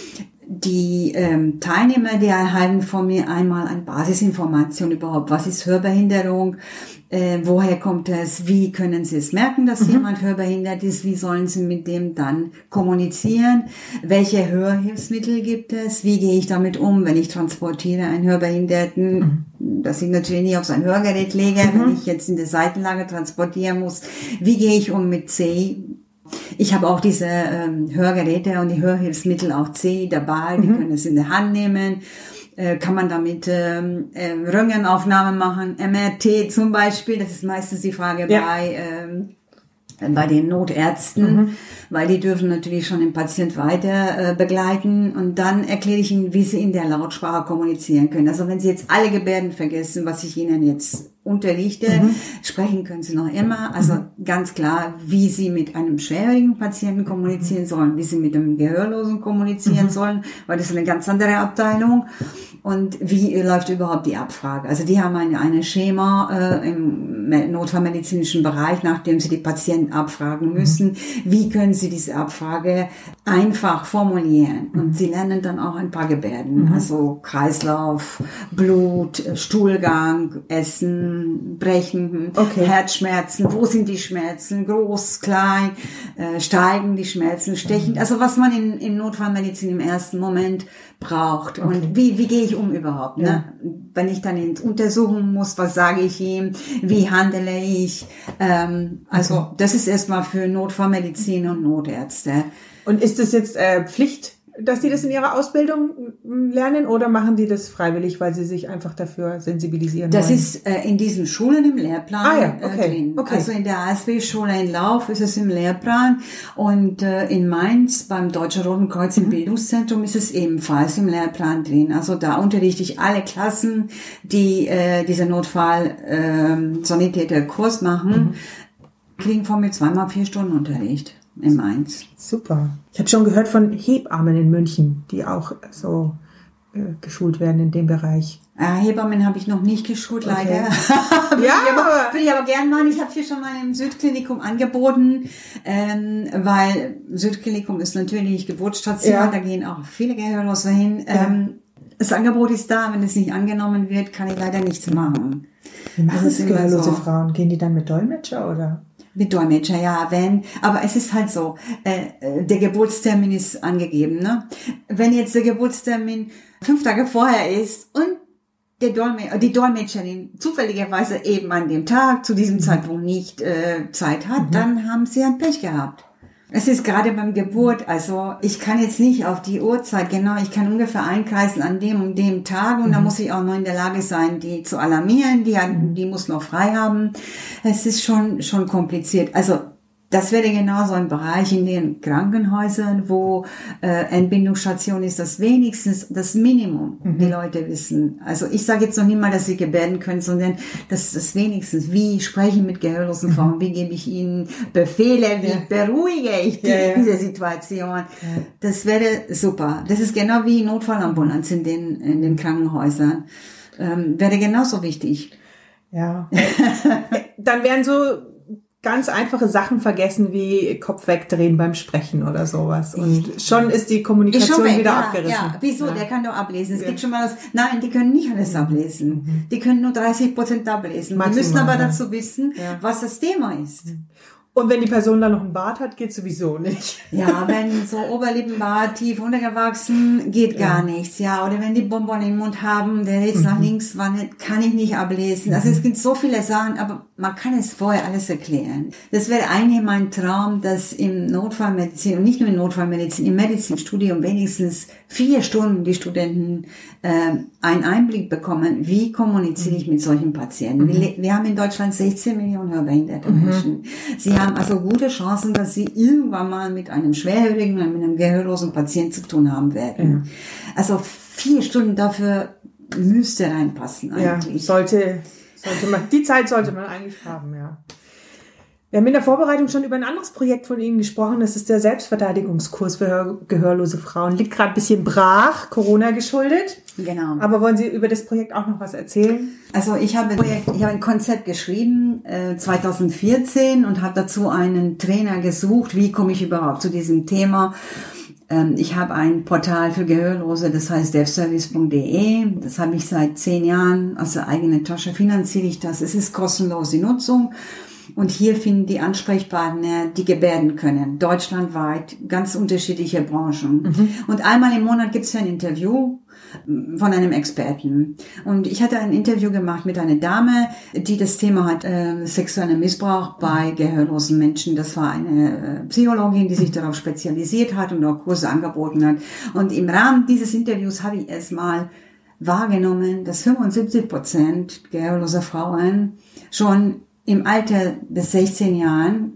Die ähm, Teilnehmer, die erhalten von mir einmal eine Basisinformation überhaupt. Was ist Hörbehinderung? Äh, woher kommt es? Wie können Sie es merken, dass mhm. jemand hörbehindert ist? Wie sollen Sie mit dem dann kommunizieren? Welche Hörhilfsmittel gibt es? Wie gehe ich damit um, wenn ich transportiere einen Hörbehinderten, mhm. dass ich natürlich nicht auf sein Hörgerät lege, mhm. wenn ich jetzt in der Seitenlage transportieren muss? Wie gehe ich um mit C? Ich habe auch diese ähm, Hörgeräte und die Hörhilfsmittel auch C dabei, die mhm. können es in der Hand nehmen. Äh, kann man damit ähm, äh, Röntgenaufnahmen machen, M R T zum Beispiel, das ist meistens die Frage ja. bei ähm, bei den Notärzten, mhm. weil die dürfen natürlich schon den Patient weiter äh, begleiten und dann erkläre ich ihnen, wie sie in der Lautsprache kommunizieren können. Also wenn sie jetzt alle Gebärden vergessen, was ich ihnen jetzt unterrichte, mhm. sprechen können sie noch immer. Also mhm. ganz klar, wie sie mit einem schwerhörigen Patienten kommunizieren sollen, wie sie mit einem Gehörlosen kommunizieren mhm. sollen, weil das ist eine ganz andere Abteilung. Und wie läuft überhaupt die Abfrage? Also die haben eine, eine Schema äh, im notfallmedizinischen Bereich, nachdem sie die Patienten abfragen müssen. Mhm. Wie können sie diese Abfrage einfach formulieren? Mhm. Und sie lernen dann auch ein paar Gebärden, mhm. also Kreislauf, Blut, Stuhlgang, Essen, Brechen, okay. Herzschmerzen, wo sind die Schmerzen, groß, klein, äh, steigen die Schmerzen, stechend. Also was man in, in Notfallmedizin im ersten Moment braucht. Okay. Und wie, wie gehe ich um überhaupt? Ne? Ja. Wenn ich dann ins Untersuchen muss, was sage ich ihm? Wie handle ich? Ähm, also okay. das ist erstmal für Notfallmedizin und Notärzte. Und ist es jetzt äh, Pflicht, dass die das in ihrer Ausbildung lernen oder machen die das freiwillig, weil sie sich einfach dafür sensibilisieren das wollen? Das ist äh, in diesen Schulen im Lehrplan ah, ja. okay. äh, drin. Okay. Also in der A S B-Schule in Lauf ist es im Lehrplan und äh, in Mainz beim Deutschen Roten Kreuz im mhm. Bildungszentrum ist es ebenfalls im Lehrplan drin. Also da unterrichte ich alle Klassen, die äh, diese Notfall-Sanitäter-Kurs äh, machen, mhm. kriegen von mir zweimal vier Stunden Unterricht. In Mainz. Super. Ich habe schon gehört von Hebammen in München, die auch so äh, geschult werden in dem Bereich. Äh, Hebammen habe ich noch nicht geschult, okay. leider. würde ja, ich aber, würde ich aber gern machen. Ich habe hier schon mal im Südklinikum angeboten, ähm, weil Südklinikum ist natürlich Geburtsstation, ja. da gehen auch viele Gehörlose hin. Ja. Ähm, das Angebot ist da, wenn es nicht angenommen wird, kann ich leider nichts machen. Wie machen das gehörlose so. Frauen? Gehen die dann mit Dolmetscher oder? Mit Dolmetscher, ja, wenn, aber es ist halt so, äh, der Geburtstermin ist angegeben, ne? Wenn jetzt der Geburtstermin fünf Tage vorher ist und der Dolmetscher, die Dolmetscherin zufälligerweise eben an dem Tag zu diesem Zeitpunkt nicht äh, Zeit hat, mhm. dann haben sie ein Pech gehabt. Es ist gerade beim Geburt, also ich kann jetzt nicht auf die Uhrzeit, genau, ich kann ungefähr einkreisen an dem und dem Tag und mhm. da muss ich auch noch in der Lage sein, die zu alarmieren, die, mhm. die muss noch frei haben. Es ist schon, schon kompliziert. Also das wäre genauso ein Bereich in den Krankenhäusern, wo äh, Entbindungsstation ist, das wenigstens das Minimum mhm. die Leute wissen. Also ich sage jetzt noch nicht mal, dass sie gebärden können, sondern das ist wenigstens, wie spreche ich mit gehörlosen Frauen, mhm. wie gebe ich ihnen Befehle, wie ja. beruhige ich die, ja, ja. diese Situation. Ja. Das wäre super. Das ist genau wie Notfallambulanz in den, in den Krankenhäusern. Ähm, wäre genauso wichtig. Ja. Dann wären so ganz einfache Sachen vergessen wie Kopf wegdrehen beim Sprechen oder sowas. Und schon ist die Kommunikation schon weg, wieder ja, abgerissen. Ja, wieso? Ja. Der kann doch ablesen. Es Ja. gibt schon mal das. Nein, die können nicht alles ablesen. Mhm. Die können nur dreißig Prozent ablesen. Maximal, die müssen aber ja. dazu wissen, Ja. was das Thema ist. Und wenn die Person dann noch einen Bart hat, geht sowieso nicht. Ja, wenn so Oberlippenbart tief untergewachsen, geht Ja. gar nichts. Ja, oder wenn die Bonbon im Mund haben, der jetzt nach links wandert, kann ich nicht ablesen. Also es gibt so viele Sachen, aber man kann es vorher alles erklären. Das wäre eigentlich mein Traum, dass im Notfallmedizin und nicht nur in Notfallmedizin, im Medizinstudium wenigstens vier Stunden die Studenten äh, einen Einblick bekommen, wie kommuniziere ich mit solchen Patienten. Wir, le- wir haben in Deutschland sechzehn Millionen hörbehinderte Menschen. Sie haben also gute Chancen, dass sie irgendwann mal mit einem schwerhörigen oder mit einem gehörlosen Patienten zu tun haben werden. Also vier Stunden dafür müsste reinpassen Ja, eigentlich. sollte, sollte man, die Zeit sollte man eigentlich haben, ja. Wir haben in der Vorbereitung schon über ein anderes Projekt von Ihnen gesprochen. Das ist der Selbstverteidigungskurs für hör- gehörlose Frauen. Liegt gerade ein bisschen brach, Corona geschuldet. Genau. Aber wollen Sie über das Projekt auch noch was erzählen? Also ich habe ein Projekt, ich habe ein Konzept geschrieben äh, zwanzig vierzehn und habe dazu einen Trainer gesucht. Wie komme ich überhaupt zu diesem Thema? Ähm, ich habe ein Portal für Gehörlose, das heißt devservice punkt de. Das habe ich seit zehn Jahren aus der eigenen Tasche, finanziere ich das. Es ist kostenlos die Nutzung. Und hier finden die Ansprechpartner, die gebärden können, deutschlandweit, ganz unterschiedliche Branchen. Mhm. Und einmal im Monat gibt es ein Interview von einem Experten. Und ich hatte ein Interview gemacht mit einer Dame, die das Thema hat, äh, sexueller Missbrauch bei gehörlosen Menschen. Das war eine äh, Psychologin, die sich darauf spezialisiert hat und auch Kurse angeboten hat. Und im Rahmen dieses Interviews habe ich erstmal wahrgenommen, dass fünfundsiebzig Prozent gehörloser Frauen schon im Alter bis sechzehn Jahren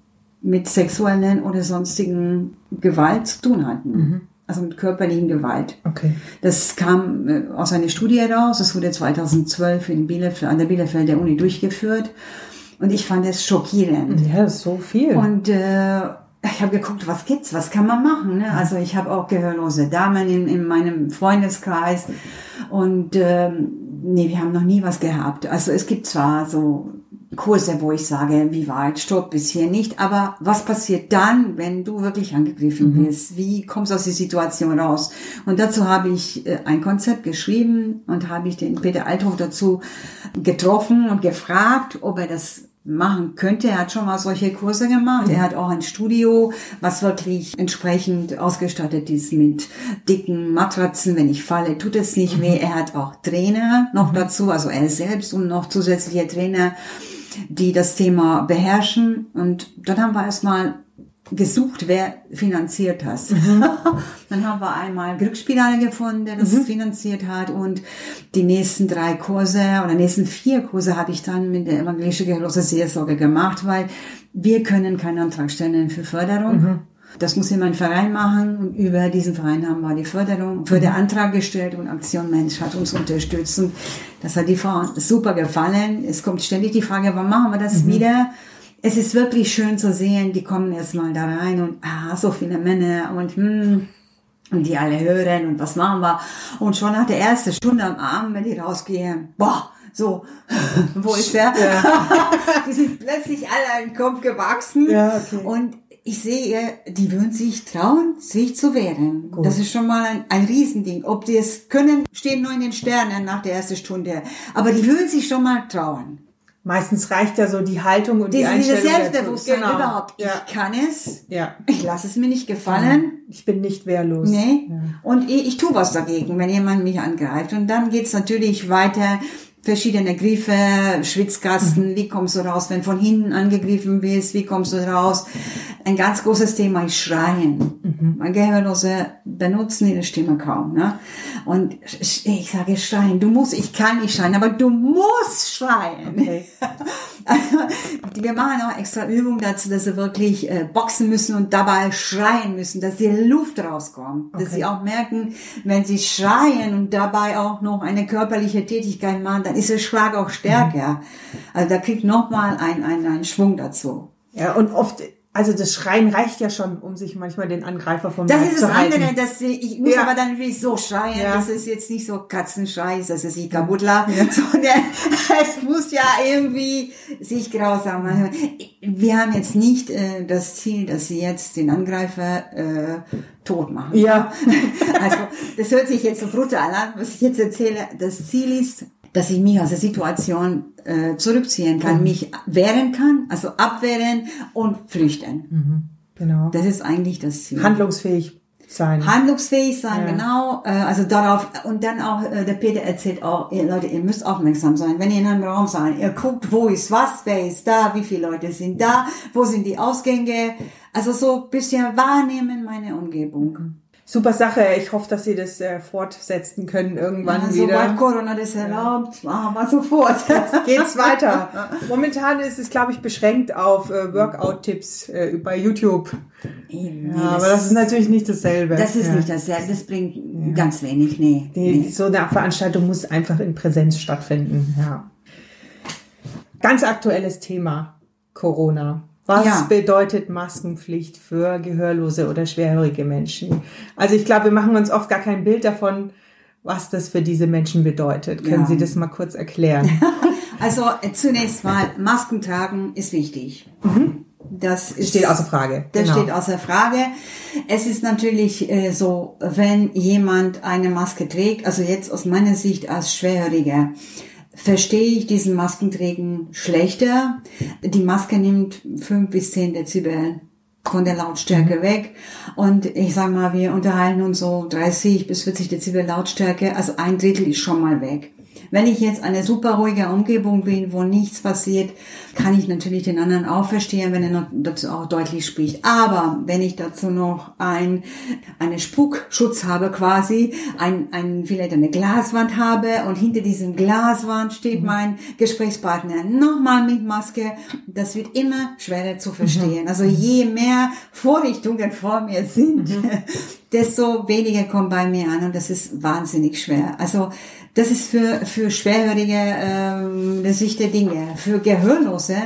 mit sexuellen oder sonstigen Gewalt zu tun hatten. Mhm. Also mit körperlichen Gewalt. Okay. Das kam äh, aus einer Studie raus. Das wurde zweitausendzwölf in Bielefeld, an der Bielefelder Uni durchgeführt. Und ich fand es schockierend. Ja, das ist so viel. Und äh, ich habe geguckt, was gibt's, was kann man machen. Ne? Also ich habe auch gehörlose Damen in, in meinem Freundeskreis. Und ähm, nee, wir haben noch nie was gehabt. Also es gibt zwar so Kurse, wo ich sage, wie weit, stopp, bis hier nicht. Aber was passiert dann, wenn du wirklich angegriffen mhm. wirst? Wie kommst du aus der Situation raus? Und dazu habe ich äh, ein Konzept geschrieben und habe ich den Peter Althoff dazu getroffen und gefragt, ob er das machen könnte. Er hat schon mal solche Kurse gemacht. Mhm. Er hat auch ein Studio, was wirklich entsprechend ausgestattet ist mit dicken Matratzen. Wenn ich falle, tut es nicht mhm. weh. Er hat auch Trainer noch mhm. dazu, also er selbst und noch zusätzliche Trainer, die das Thema beherrschen. Und dann haben wir erstmal gesucht, wer finanziert das. Mhm. Dann haben wir einmal Glücksspirale gefunden, der das mhm. finanziert hat, und die nächsten drei Kurse oder nächsten vier Kurse habe ich dann mit der evangelischen Gehörlose Seelsorge gemacht, weil wir können keinen Antrag stellen für Förderung. Mhm. Das muss immer ein Verein machen, und über diesen Verein haben wir die Förderung, für den Antrag gestellt, und Aktion Mensch hat uns unterstützt, und das hat die Frauen super gefallen. Es kommt ständig die Frage, wann machen wir das mhm. wieder? Es ist wirklich schön zu sehen, die kommen erstmal da rein und ah, so viele Männer und hm, und die alle hören und was machen wir? Und schon nach der ersten Stunde am Abend, wenn die rausgehen, boah, so, wo ist der? Ja. Die sind plötzlich alle in den Kopf gewachsen. Ja, okay. Und ich sehe, die würden sich trauen, sich zu wehren. Gut. Das ist schon mal ein, ein Riesending. Ob die es können, stehen nur in den Sternen nach der ersten Stunde. Aber die würden sich schon mal trauen. Meistens reicht ja so die Haltung und die, die Einstellung. Dieses Selbstbewusstsein genau. überhaupt. Ich ja. kann es. Ja. Ich lasse es mir nicht gefallen. Ich bin nicht wehrlos. Nee. Ja. Und ich, ich tue was dagegen, wenn jemand mich angreift. Und dann geht's natürlich weiter. Verschiedene Griffe, Schwitzkasten, mhm. wie kommst du raus, wenn von hinten angegriffen wirst, wie kommst du raus? Ein ganz großes Thema ist Schreien. Mhm. Gehörlose benutzen ihre Stimme kaum. Ne? Und ich sage schreien, du musst, ich kann nicht schreien, aber du musst schreien. Okay. Wir machen auch extra Übungen dazu, dass sie wirklich äh, boxen müssen und dabei schreien müssen, dass die Luft rauskommt. Okay. Dass sie auch merken, wenn sie schreien und dabei auch noch eine körperliche Tätigkeit machen, dann ist der Schlag auch stärker. Mhm. Also da kriegt nochmal ein, ein, ein Schwung dazu. Ja, und oft Also das Schreien reicht ja schon, um sich manchmal den Angreifer vom Das Leib ist zu das halten. andere, dass ich muss Ja. aber dann natürlich so schreien, Ja. das ist jetzt nicht so Katzenschrei, dass es sich kaputt lacht, ja. sondern es muss ja irgendwie sich grausam anhören. Wir haben jetzt nicht äh, das Ziel, dass sie jetzt den Angreifer äh, tot machen. Ja. Also das hört sich jetzt so brutal an, was ich jetzt erzähle. Das Ziel ist, dass ich mich aus der Situation äh, zurückziehen kann, mhm. mich wehren kann, also abwehren und flüchten. Mhm. Genau. Das ist eigentlich das Ziel. Handlungsfähig sein. Handlungsfähig sein, Ja. genau. Äh, also darauf, und dann auch, äh, der Peter erzählt auch, ihr Leute, ihr müsst aufmerksam sein, wenn ihr in einem Raum seid. Ihr guckt, wo ist was, wer ist da, wie viele Leute sind da, wo sind die Ausgänge. Also so ein bisschen wahrnehmen meine Umgebung. Super Sache. Ich hoffe, dass Sie das äh, fortsetzen können irgendwann Ja, wieder. sobald Corona das erlaubt, machen wir sofort. Geht's weiter. Momentan ist es, glaube ich, beschränkt auf äh, Workout-Tipps äh, bei YouTube. Nee, Ja, aber das ist natürlich nicht dasselbe. Das ist ja. nicht dasselbe, das bringt ganz wenig, nee. Die, nee. So eine Veranstaltung muss einfach in Präsenz stattfinden. Ja. Ganz aktuelles Thema, Corona. Was Ja. bedeutet Maskenpflicht für gehörlose oder schwerhörige Menschen? Also ich glaube, wir machen uns oft gar kein Bild davon, was das für diese Menschen bedeutet. Können Ja. Sie das mal kurz erklären? Also äh, zunächst mal, Masken tragen ist wichtig. Mhm. Das ist, Steht außer Frage. Das Genau. steht außer Frage. Es ist natürlich äh, so, wenn jemand eine Maske trägt, also jetzt aus meiner Sicht als Schwerhöriger, verstehe ich diesen Maskenträgen schlechter. Die Maske nimmt fünf bis zehn Dezibel von der Lautstärke weg. Und ich sag mal, wir unterhalten uns so dreißig bis vierzig Dezibel Lautstärke, also ein Drittel ist schon mal weg. Wenn ich jetzt eine super ruhige Umgebung bin, wo nichts passiert, kann ich natürlich den anderen auch verstehen, wenn er noch dazu auch deutlich spricht. Aber wenn ich dazu noch ein, eine Spuckschutz habe quasi, ein, ein, vielleicht eine Glaswand habe und hinter diesem Glaswand steht mhm. mein Gesprächspartner nochmal mit Maske, das wird immer schwerer zu verstehen. Mhm. Also je mehr Vorrichtungen vor mir sind, mhm. desto weniger kommt bei mir an und das ist wahnsinnig schwer. Also das ist für, für Schwerhörige ähm, der Sicht der Dinge. Für Gehörlose,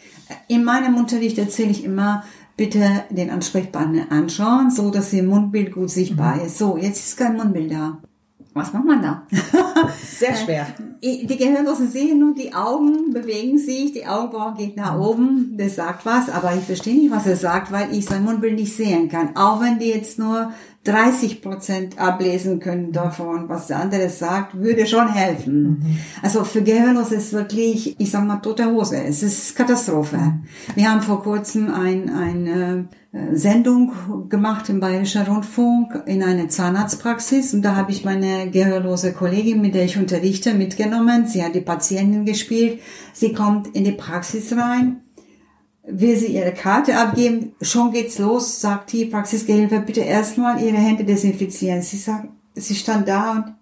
in meinem Unterricht erzähle ich immer, bitte den Ansprechpartner anschauen, so dass ihr Mundbild gut sichtbar mhm. ist. So, jetzt ist kein Mundbild da. Was macht man da? Sehr schwer. Die Gehörlosen sehen nur, die Augen bewegen sich, die Augenbrauen geht nach oben, das sagt was, aber ich verstehe nicht, was er sagt, weil ich sein Mundbild nicht sehen kann. Auch wenn die jetzt nur dreißig Prozent ablesen können davon, was der andere sagt, würde schon helfen. Mhm. Also für Gehörlose ist wirklich, ich sag mal, tote Hose. Es ist Katastrophe. Mhm. Wir haben vor kurzem ein, eine Sendung gemacht im Bayerischen Rundfunk in einer Zahnarztpraxis und da habe ich meine gehörlose Kollegin, mit der ich unterrichte, mitgenommen. Sie hat die Patientin gespielt. Sie kommt in die Praxis rein, will sie ihre Karte abgeben, schon geht's los, sagt die Praxisgehilfe, bitte erstmal ihre Hände desinfizieren. Sie sagt, sie stand da und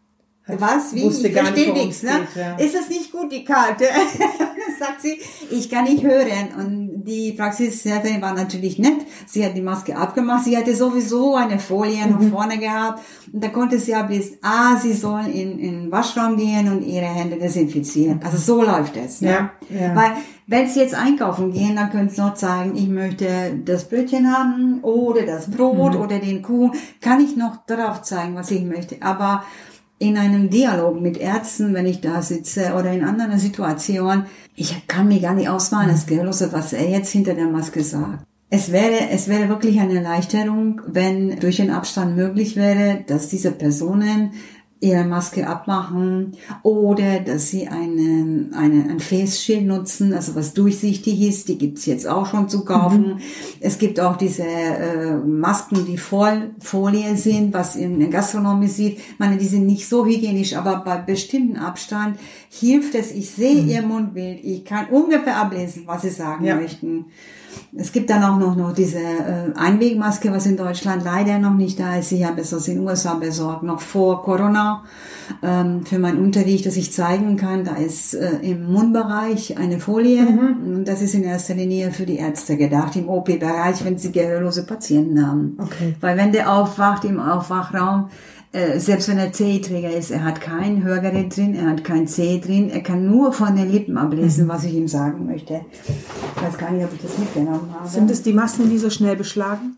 was? Wie? Wusste Ich gar verstehe nicht, nichts, ne? geht, ja. Ist das nicht gut, die Karte? Dann sagt sie, ich kann nicht hören. Und die Praxishelferin war natürlich nett. Sie hat die Maske abgemacht. Sie hatte sowieso eine Folie mhm. nach vorne gehabt. Und da konnte sie ablesen, ah, sie soll in, in den Waschraum gehen und ihre Hände desinfizieren. Also so läuft es. Ne? Ja, ja. Weil, wenn sie jetzt einkaufen gehen, dann können sie noch sagen, ich möchte das Brötchen haben oder das Brot mhm. oder den Kuchen. Kann ich noch darauf zeigen, was ich möchte. Aber in einem Dialog mit Ärzten, wenn ich da sitze oder in anderen Situationen, ich kann mir gar nicht ausmalen, das Gehörlose, was er jetzt hinter der Maske sagt. Es wäre, es wäre wirklich eine Erleichterung, wenn durch den Abstand möglich wäre, dass diese Personen ihre Maske abmachen oder dass sie einen, einen, ein Face Shield nutzen, also was durchsichtig ist, die gibt's jetzt auch schon zu kaufen. Mhm. Es gibt auch diese äh, Masken, die voll Folie sind, was in der Gastronomie sieht. Ich meine, die sind nicht so hygienisch, aber bei bestimmten Abstand hilft es. Ich sehe mhm. ihr Mundbild, ich kann ungefähr ablesen, was sie sagen ja. möchten. Es gibt dann auch noch, noch diese äh, Einwegmaske, was in Deutschland leider noch nicht da ist. Ich habe es aus den U S A besorgt, noch vor Corona, ähm, für meinen Unterricht, dass ich zeigen kann, da ist äh, im Mundbereich eine Folie. Mhm. Und das ist in erster Linie für die Ärzte gedacht, im O P-Bereich, wenn sie gehörlose Patienten haben. Okay. Weil wenn der aufwacht im Aufwachraum, äh, selbst wenn er C E-Träger ist, er hat kein Hörgerät drin, er hat kein C E drin, er kann nur von den Lippen ablesen, was ich ihm sagen möchte. Ich weiß gar nicht, ob ich das mitgenommen habe. Sind es die Masken, die so schnell beschlagen?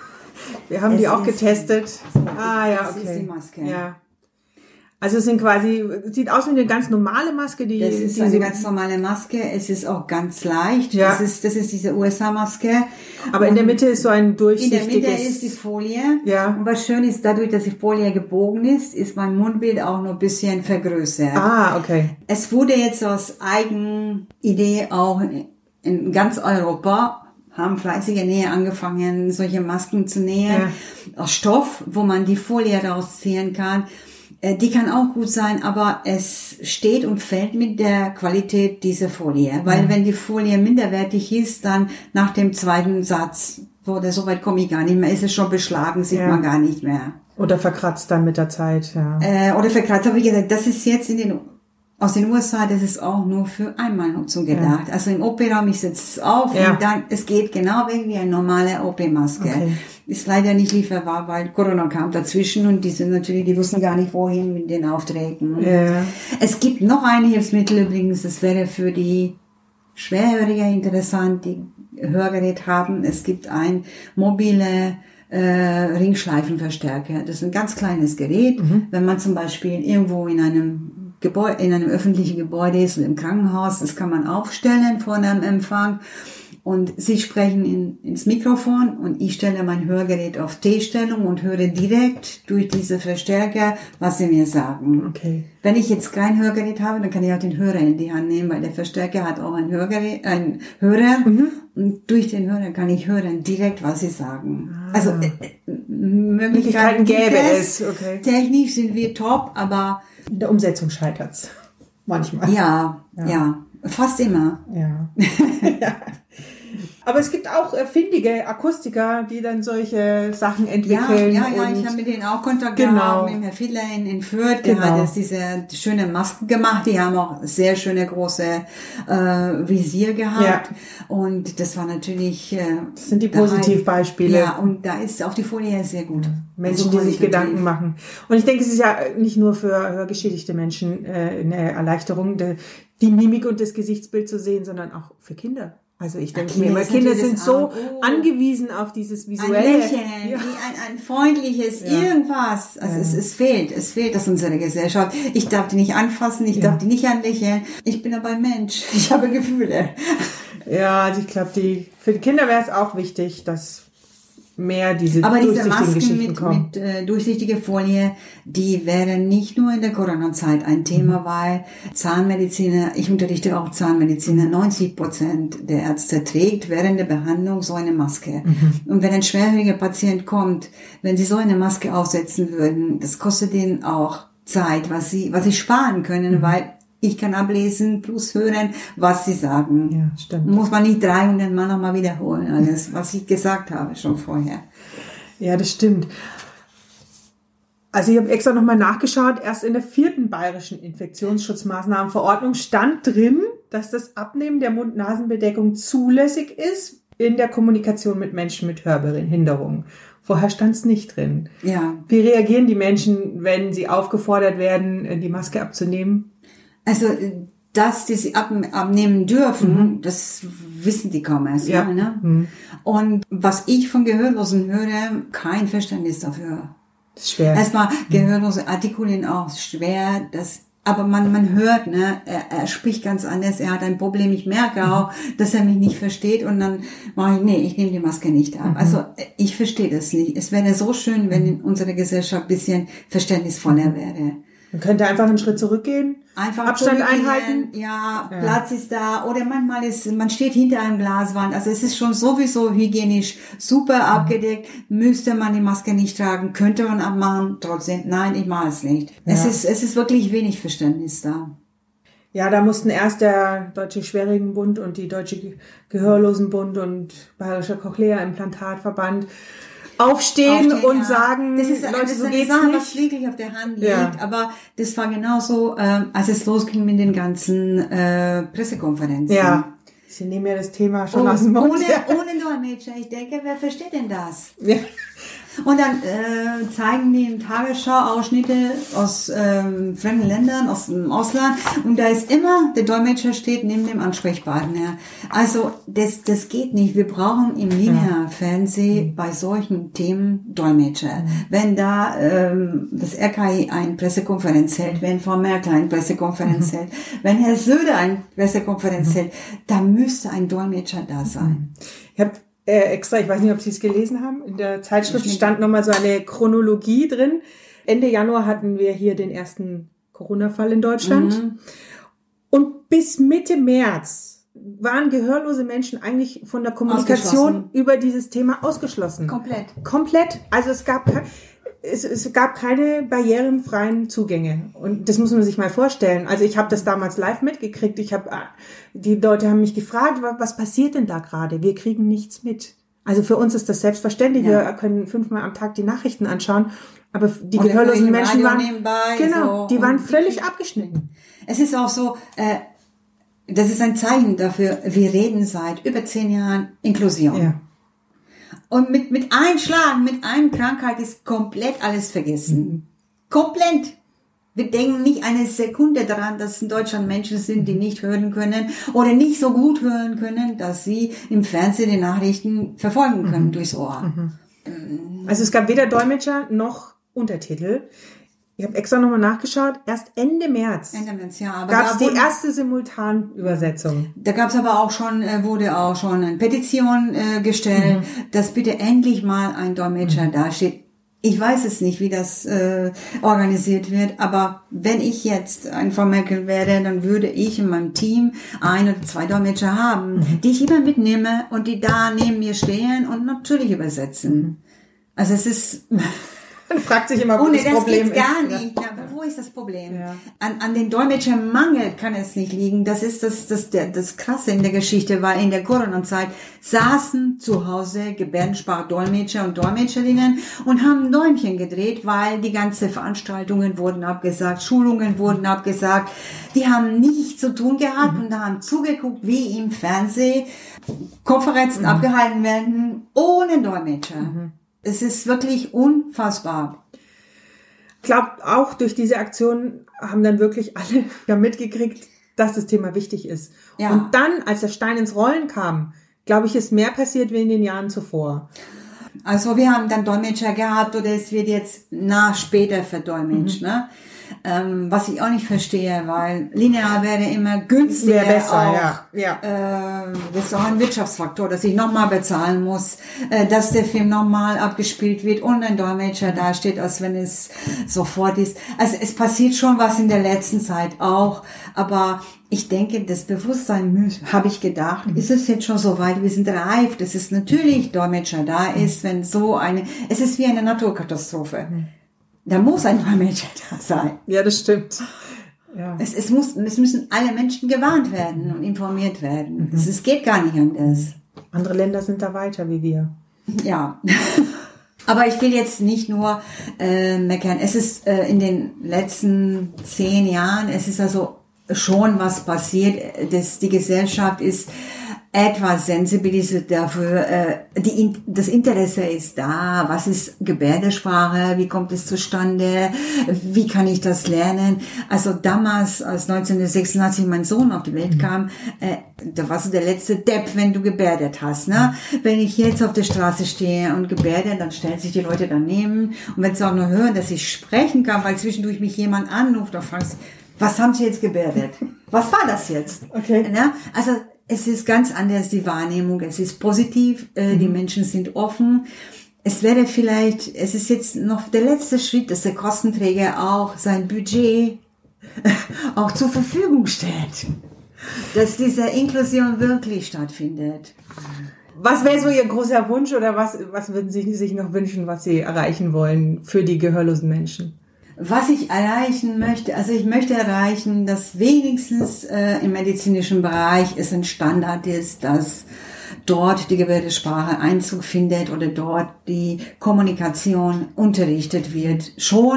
Wir haben es die auch ist, getestet. So, ah ja, das okay. ist die Maske. Ja. Also es sind quasi, sieht aus wie eine ganz normale Maske, die. Das ist die eine so, ganz normale Maske. Es ist auch ganz leicht. Ja. Das ist, das ist diese U S A-Maske. Aber in der Mitte ist so ein In durchsichtiges. der Mitte ist die Folie. Ja. Und was schön ist, dadurch, dass die Folie gebogen ist, ist mein Mundbild auch noch ein bisschen vergrößert. Ah, okay. Es wurde jetzt aus Eigenidee auch in, in ganz Europa, haben fleißige Näher angefangen, solche Masken zu nähen. Ja. Aus Stoff, wo man die Folie rausziehen kann. Die kann auch gut sein, aber es steht und fällt mit der Qualität dieser Folie. Weil wenn die Folie minderwertig ist, dann nach dem zweiten Satz, wurde so weit komme ich gar nicht mehr, ist es schon beschlagen, sieht ja. man gar nicht mehr. Oder verkratzt dann mit der Zeit, ja. Äh, oder verkratzt, habe ich gesagt, das ist jetzt in den, aus den U S A, das ist auch nur für Einmalnutzung gedacht. Ja. Also im O P-Raum, ich setze es auf ja. und dann, es geht genau wie eine normale O P-Maske. Okay. Ist leider nicht lieferbar, weil Corona kam dazwischen und die sind natürlich, die wussten gar nicht wohin mit den Aufträgen. Ja. Es gibt noch ein Hilfsmittel übrigens, das wäre für die Schwerhöriger interessant, die Hörgerät haben. Es gibt ein mobile äh, Ringschleifenverstärker. Das ist ein ganz kleines Gerät. Mhm. Wenn man zum Beispiel irgendwo in einem Gebäude, in einem öffentlichen Gebäude ist oder im Krankenhaus, das kann man aufstellen vor einem Empfang. Und Sie sprechen in, ins Mikrofon und ich stelle mein Hörgerät auf T-Stellung und höre direkt durch diese Verstärker, was Sie mir sagen. Okay. Wenn ich jetzt kein Hörgerät habe, dann kann ich auch den Hörer in die Hand nehmen, weil der Verstärker hat auch ein Hörgerät, ein Hörer. Mhm. Und durch den Hörer kann ich hören direkt, was Sie sagen. Ah. Also äh, Möglichkeiten gäbe es. Okay. Technisch sind wir top, aber in der Umsetzung scheitert's manchmal. Ja, ja, ja, fast immer. Ja. ja. Aber es gibt auch äh, findige Akustiker, die dann solche Sachen entwickeln. Ja, ja, ja, und ich habe mit denen auch Kontakt genau. gehabt, mit dem Herrn Fiedler in, in Fürth. Der genau. hat jetzt diese schöne Masken gemacht. Die haben auch sehr schöne große äh, Visier gehabt. Ja. Und das war natürlich... Äh, das sind die Positivbeispiele. Ja, und da ist auch die Folie sehr gut. Menschen, also die sich Gedanken machen. Und ich denke, es ist ja nicht nur für hörgeschädigte Menschen äh, eine Erleichterung, die, die Mimik und das Gesichtsbild zu sehen, sondern auch für Kinder. Also ich denke mir immer, Kinder sind so oh, angewiesen auf dieses visuelle. Ein Lächeln, ja. ein, ein freundliches ja. irgendwas. Also ja. es, es fehlt, es fehlt aus unserer Gesellschaft. Ich darf die nicht anfassen, ich ja. darf die nicht anlächeln. Ich bin aber ein Mensch, ich habe Gefühle. Ja, also ich glaube, die für die Kinder wäre es auch wichtig, dass mehr diese aber diese durchsichtigen Masken Geschichten mit, kommen. mit äh, durchsichtiger Folie, die wären nicht nur in der Corona-Zeit ein Thema, mhm. weil Zahnmediziner, ich unterrichte auch Zahnmediziner, neunzig Prozent der Ärzte trägt während der Behandlung so eine Maske. Mhm. Und wenn ein schwerhöriger Patient kommt, wenn sie so eine Maske aufsetzen würden, das kostet ihnen auch Zeit, was sie, was sie sparen können, mhm. weil ich kann ablesen plus hören, was sie sagen. Ja, stimmt. Muss man nicht dreihundert Mal nochmal wiederholen, alles, was ich gesagt habe schon vorher. Ja, das stimmt. Also ich habe extra nochmal nachgeschaut. Erst in der vierten bayerischen Infektionsschutzmaßnahmenverordnung stand drin, dass das Abnehmen der Mund-Nasen-Bedeckung zulässig ist in der Kommunikation mit Menschen mit Hörbehinderung. Vorher stand es nicht drin. Ja. Wie reagieren die Menschen, wenn sie aufgefordert werden, die Maske abzunehmen? Also, dass die sie ab, abnehmen dürfen, mhm. das wissen die kaum erst. Ja. Mal, ne? Mhm. Und was ich von Gehörlosen höre, kein Verständnis dafür. Das ist schwer. Erstmal, Gehörlose artikulieren auch schwer, das, aber man, man hört, ne, er, er spricht ganz anders, er hat ein Problem, ich merke auch, mhm. dass er mich nicht versteht und dann mache ich, nee, ich nehme die Maske nicht ab. Mhm. Also, ich verstehe das nicht. Es wäre so schön, wenn in unserer Gesellschaft ein bisschen verständnisvoller wäre. Man könnte einfach einen Schritt zurückgehen, einfach Abstand einhalten. Ja, ja, Platz ist da. Oder manchmal ist, man steht hinter einem Glaswand. Also es ist schon sowieso hygienisch super mhm. abgedeckt. Müsste man die Maske nicht tragen, könnte man abmachen. Trotzdem, nein, ich mache es nicht. Ja. Es ist, es ist wirklich wenig Verständnis da. Ja, da mussten erst der Deutsche Schwerhörigenbund und die Deutsche Gehörlosenbund und Bayerischer Cochlea-Implantatverband Aufstehen, Aufstehen und ja. sagen, das ist, Leute, das ist so eine geht's Sache, nicht. was wirklich auf der Hand liegt. Ja. Aber das war genauso, ähm, als es losging mit den ganzen äh, Pressekonferenzen. Ja, Sie nehmen ja das Thema schon und aus dem Mund. Ohne, Ja. ohne Dolmetscher. Ich denke, wer versteht denn das? Ja. Und dann äh, zeigen die in Tagesschau-Ausschnitte aus ähm, fremden Ländern, aus dem Ausland. Und da ist immer, der Dolmetscher steht neben dem Ansprechpartner. Also das, das geht nicht. Wir brauchen im Linearfernsehen mhm. bei solchen Themen Dolmetscher. Mhm. Wenn da ähm, das R K I eine Pressekonferenz hält, wenn Frau Merkel eine Pressekonferenz mhm. hält, wenn Herr Söder eine Pressekonferenz mhm. hält, da müsste ein Dolmetscher da sein. Ich habe Äh, extra, ich weiß nicht, ob Sie es gelesen haben, in der Zeitschrift stand nochmal so eine Chronologie drin. Ende Januar hatten wir hier den ersten Corona-Fall in Deutschland. Mhm. Und bis Mitte März waren gehörlose Menschen eigentlich von der Kommunikation über dieses Thema ausgeschlossen. Komplett. Komplett. Also es gab, es, es gab keine barrierenfreien Zugänge. Und das muss man sich mal vorstellen. Also ich habe das damals live mitgekriegt. Ich habe, die Leute haben mich gefragt, was passiert denn da gerade? Wir kriegen nichts mit. Also für uns ist das selbstverständlich. Ja. Wir können fünfmal am Tag die Nachrichten anschauen. Aber die und gehörlosen Menschen waren, nebenbei, genau, so, die waren völlig die, abgeschnitten. Es ist auch so, äh, das ist ein Zeichen dafür, wir reden seit über zehn Jahren Inklusion. Ja. Und mit, mit einem Schlag, mit einer Krankheit ist komplett alles vergessen. Mhm. Komplett. Wir denken nicht eine Sekunde daran, dass in Deutschland Menschen sind, die nicht hören können oder nicht so gut hören können, dass sie im Fernsehen die Nachrichten verfolgen können mhm. durchs Ohr. Mhm. Also es gab weder Dolmetscher noch Untertitel. Ich habe extra nochmal nachgeschaut. Erst Ende März, Ende März ja, gab es die erste Simultanübersetzung. Da gab es aber auch schon, wurde auch schon eine Petition äh, gestellt, mhm. dass bitte endlich mal ein Dolmetscher mhm. dasteht. Ich weiß es nicht, wie das äh, organisiert wird, aber wenn ich jetzt ein Frau Merkel wäre, dann würde ich in meinem Team ein oder zwei Dolmetscher haben, mhm. die ich immer mitnehme und die da neben mir stehen und natürlich übersetzen. Mhm. Also es ist... Man fragt sich immer, wo Ohne das Problem ist. Ohne das geht gar nicht. Ja, wo ist das Problem? Ja. An, an den Dolmetschermangel kann es nicht liegen. Das ist das, das, der, das Krasse in der Geschichte, weil in der Corona-Zeit saßen zu Hause Gebärdensprach-Dolmetscher und Dolmetscherinnen und haben Däumchen gedreht, weil die ganzen Veranstaltungen wurden abgesagt, Schulungen wurden abgesagt. Die haben nichts zu tun gehabt mhm. und haben zugeguckt, wie im Fernsehen Konferenzen mhm. abgehalten werden, ohne Dolmetscher. Mhm. Es ist wirklich unfassbar. Ich glaube, auch durch diese Aktion haben dann wirklich alle ja mitgekriegt, dass das Thema wichtig ist. Ja. Und dann, als der Stein ins Rollen kam, glaube ich, ist mehr passiert wie in den Jahren zuvor. Also wir haben dann Dolmetscher gehabt oder es wird jetzt nach später verdolmetscht, mhm. ne? Ähm, was ich auch nicht verstehe, weil linear wäre immer günstiger. Wäre besser, auch, ja. ja. Äh, das ist auch ein Wirtschaftsfaktor, dass ich nochmal bezahlen muss, äh, dass der Film nochmal abgespielt wird und ein Dolmetscher dasteht, als wenn es sofort ist. Also es passiert schon was in der letzten Zeit auch, aber ich denke, das Bewusstsein, habe ich gedacht, mhm. ist es jetzt schon so weit, wir sind reif, dass es natürlich Dolmetscher da ist, wenn so eine, es ist wie eine Naturkatastrophe. Mhm. Da muss ein Dolmetscher da sein. Ja, das stimmt. Ja. Es, es, muss, es müssen alle Menschen gewarnt werden und informiert werden. Mhm. Es, es geht gar nicht anders. Andere Länder sind da weiter wie wir. Ja. Aber ich will jetzt nicht nur äh, meckern. Es ist äh, in den letzten zehn Jahren, es ist also schon was passiert, dass die Gesellschaft ist etwas sensibilisiert dafür, äh, die, das Interesse ist da, was ist Gebärdensprache, wie kommt es zustande, wie kann ich das lernen. Also damals, als neunzehnhundertsechsundachtzig mein Sohn auf die Welt kam, äh, da warst du der letzte Depp, wenn du gebärdet hast. Ne? Wenn ich jetzt auf der Straße stehe und gebärde, dann stellen sich die Leute daneben und wenn sie auch nur hören, dass ich sprechen kann, weil zwischendurch mich jemand anruft, dann fragst du, was haben sie jetzt gebärdet? Was war das jetzt? Okay. Ne? Also es ist ganz anders, die Wahrnehmung. Es ist positiv, äh, mhm. die Menschen sind offen. Es wäre vielleicht, es ist jetzt noch der letzte Schritt, dass der Kostenträger auch sein Budget auch zur Verfügung stellt. Dass diese Inklusion wirklich stattfindet. Was wäre so Ihr großer Wunsch oder was, was würden Sie sich noch wünschen, was Sie erreichen wollen für die gehörlosen Menschen? Was ich erreichen möchte, also ich möchte erreichen, dass wenigstens äh, im medizinischen Bereich es ein Standard ist, dass dort die Gebärdensprache Einzug findet oder dort die Kommunikation unterrichtet wird. Schon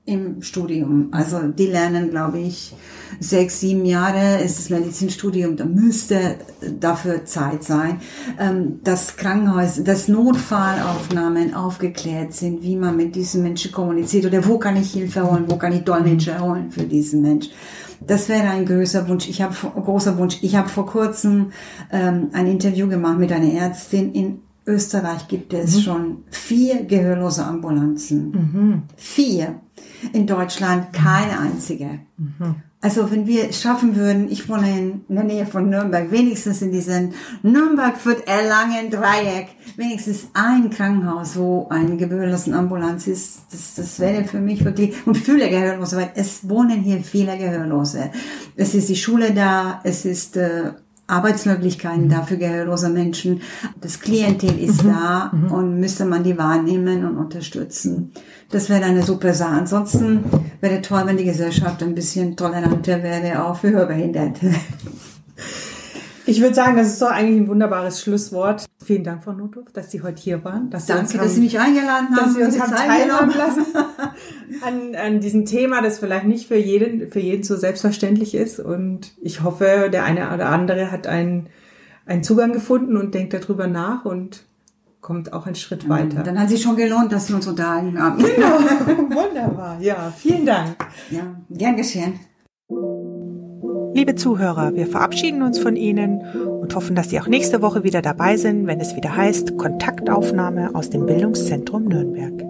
im Studium. Also die lernen, glaube ich, sechs, sieben Jahre ist das Medizinstudium, da müsste dafür Zeit sein, dass Krankenhäuser, dass Notfallaufnahmen aufgeklärt sind, wie man mit diesen Menschen kommuniziert oder wo kann ich Hilfe holen, wo kann ich Dolmetscher holen für diesen Mensch. Das wäre ein größer Wunsch. Ich habe großer Wunsch. Ich habe vor kurzem ähm, ein Interview gemacht mit einer Ärztin. In Österreich gibt es mhm. schon vier gehörlose Ambulanzen. Mhm. Vier. In Deutschland keine einzige. Mhm. Also wenn wir es schaffen würden, ich wohne in der Nähe von Nürnberg, wenigstens in diesem Nürnberg-Fürth-Erlangen-Dreieck, wenigstens ein Krankenhaus, wo eine gehörlose Ambulanz ist, das, das wäre für mich wirklich, und viele Gehörlose, weil es wohnen hier viele Gehörlose. Es ist die Schule da, es ist äh, Arbeitsmöglichkeiten da für gehörlose Menschen. Das Klientel ist mhm. da mhm. und müsste man die wahrnehmen und unterstützen. Das wäre eine super Sache. Ansonsten wäre toll, wenn die Gesellschaft ein bisschen toleranter wäre, auch für Hörbehinderte. Ich würde sagen, das ist doch eigentlich ein wunderbares Schlusswort. Vielen Dank, Frau Notdorf, dass Sie heute hier waren. Dass Danke, Sie dass Sie mich eingeladen haben. Dass Sie uns haben teilhaben lassen an, an diesem Thema, das vielleicht nicht für jeden, für jeden so selbstverständlich ist. Und ich hoffe, der eine oder andere hat einen, einen Zugang gefunden und denkt darüber nach und kommt auch einen Schritt ja, weiter. Dann hat sich schon gelohnt, dass wir uns unterhalten haben. Genau, wunderbar. Ja, vielen Dank. Ja, gern geschehen. Liebe Zuhörer, wir verabschieden uns von Ihnen und hoffen, dass Sie auch nächste Woche wieder dabei sind, wenn es wieder heißt Kontaktaufnahme aus dem Bildungszentrum Nürnberg.